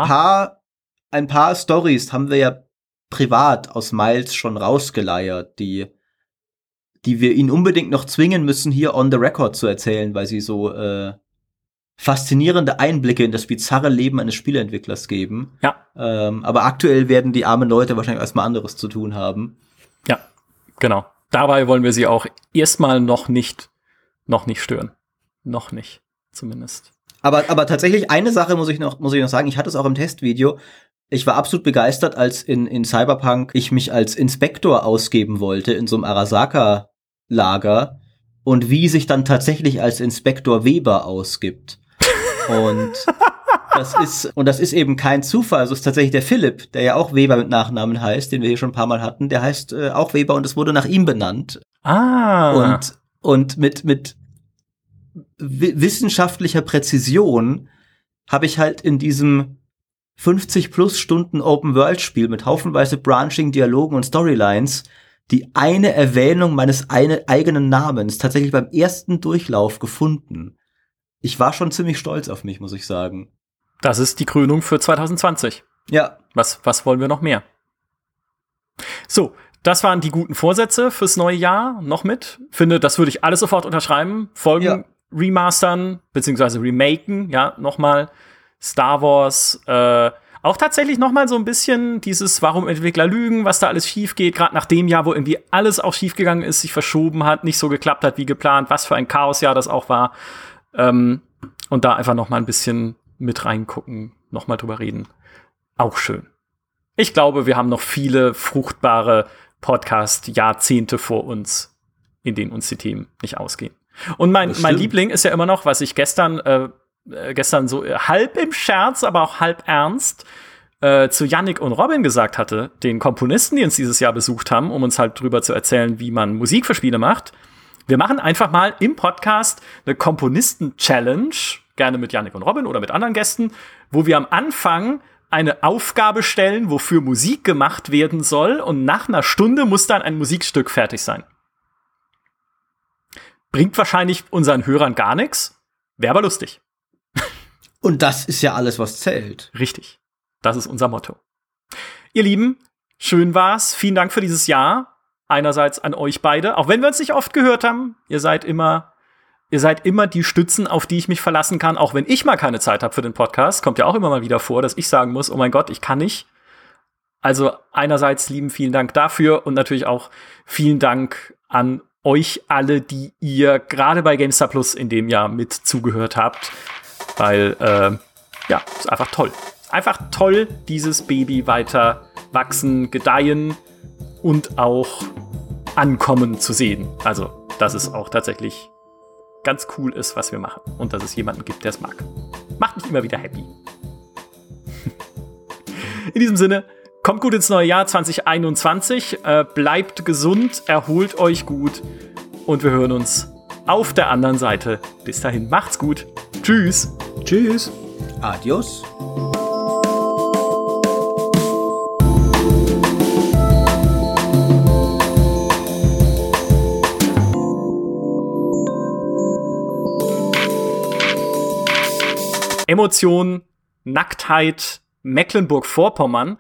ein paar Storys haben wir ja privat aus Miles schon rausgeleiert, die wir ihn unbedingt noch zwingen müssen, hier on the record zu erzählen, weil sie so faszinierende Einblicke in das bizarre Leben eines Spieleentwicklers geben. Ja. Aber aktuell werden die armen Leute wahrscheinlich erstmal anderes zu tun haben. Ja, genau. Dabei wollen wir sie auch erstmal noch nicht stören. Noch nicht, zumindest. Aber tatsächlich eine Sache muss ich noch sagen. Ich hatte es auch im Testvideo. Ich war absolut begeistert, als in Cyberpunk ich mich als Inspektor ausgeben wollte in so einem Arasaka-Lager und wie sich dann tatsächlich als Inspektor Weber ausgibt. Und das ist eben kein Zufall. Also es ist tatsächlich der Philipp, der ja auch Weber mit Nachnamen heißt, den wir hier schon ein paar Mal hatten. Der heißt auch Weber und es wurde nach ihm benannt. Ah. Und mit wissenschaftlicher Präzision habe ich halt in diesem 50 plus Stunden Open-World-Spiel mit haufenweise Branching, Dialogen und Storylines die eine Erwähnung meines eigenen Namens tatsächlich beim ersten Durchlauf gefunden. Ich war schon ziemlich stolz auf mich, muss ich sagen. Das ist die Krönung für 2020. Ja. Was wollen wir noch mehr? So, das waren die guten Vorsätze fürs neue Jahr noch mit. Finde, das würde ich alles sofort unterschreiben. Folgen remastern, beziehungsweise remaken, ja, nochmal. Star Wars, auch tatsächlich noch mal so ein bisschen dieses, warum Entwickler lügen, was da alles schief geht, gerade nach dem Jahr, wo irgendwie alles auch schief gegangen ist, sich verschoben hat, nicht so geklappt hat wie geplant, was für ein Chaosjahr das auch war. Und da einfach noch mal ein bisschen mit reingucken, noch mal drüber reden. Auch schön. Ich glaube, wir haben noch viele fruchtbare Podcast-Jahrzehnte vor uns, in denen uns die Themen nicht ausgehen. Und mein Liebling ist ja immer noch, was ich gestern so halb im Scherz, aber auch halb ernst zu Yannick und Robin gesagt hatte, den Komponisten, die uns dieses Jahr besucht haben, um uns halt drüber zu erzählen, wie man Musik für Spiele macht. Wir machen einfach mal im Podcast eine Komponisten-Challenge, gerne mit Yannick und Robin oder mit anderen Gästen, wo wir am Anfang eine Aufgabe stellen, wofür Musik gemacht werden soll, und nach einer Stunde muss dann ein Musikstück fertig sein. Bringt wahrscheinlich unseren Hörern gar nichts, wäre aber lustig. Und das ist ja alles, was zählt. Richtig. Das ist unser Motto. Ihr Lieben, schön war's. Vielen Dank für dieses Jahr. Einerseits an euch beide, auch wenn wir uns nicht oft gehört haben. Ihr seid immer die Stützen, auf die ich mich verlassen kann, auch wenn ich mal keine Zeit habe für den Podcast. Kommt ja auch immer mal wieder vor, dass ich sagen muss, oh mein Gott, ich kann nicht. Also einerseits vielen Dank dafür und natürlich auch vielen Dank an euch alle, die ihr gerade bei GameStar Plus in dem Jahr mit zugehört habt. Weil, ist einfach toll. Einfach toll, dieses Baby weiter wachsen, gedeihen und auch ankommen zu sehen. Also, dass es auch tatsächlich ganz cool ist, was wir machen. Und dass es jemanden gibt, der es mag. Macht mich immer wieder happy. In diesem Sinne, kommt gut ins neue Jahr 2021. Bleibt gesund, erholt euch gut. Und wir hören uns auf der anderen Seite. Bis dahin, macht's gut. Tschüss. Tschüss. Adios. Emotion, Nacktheit, Mecklenburg-Vorpommern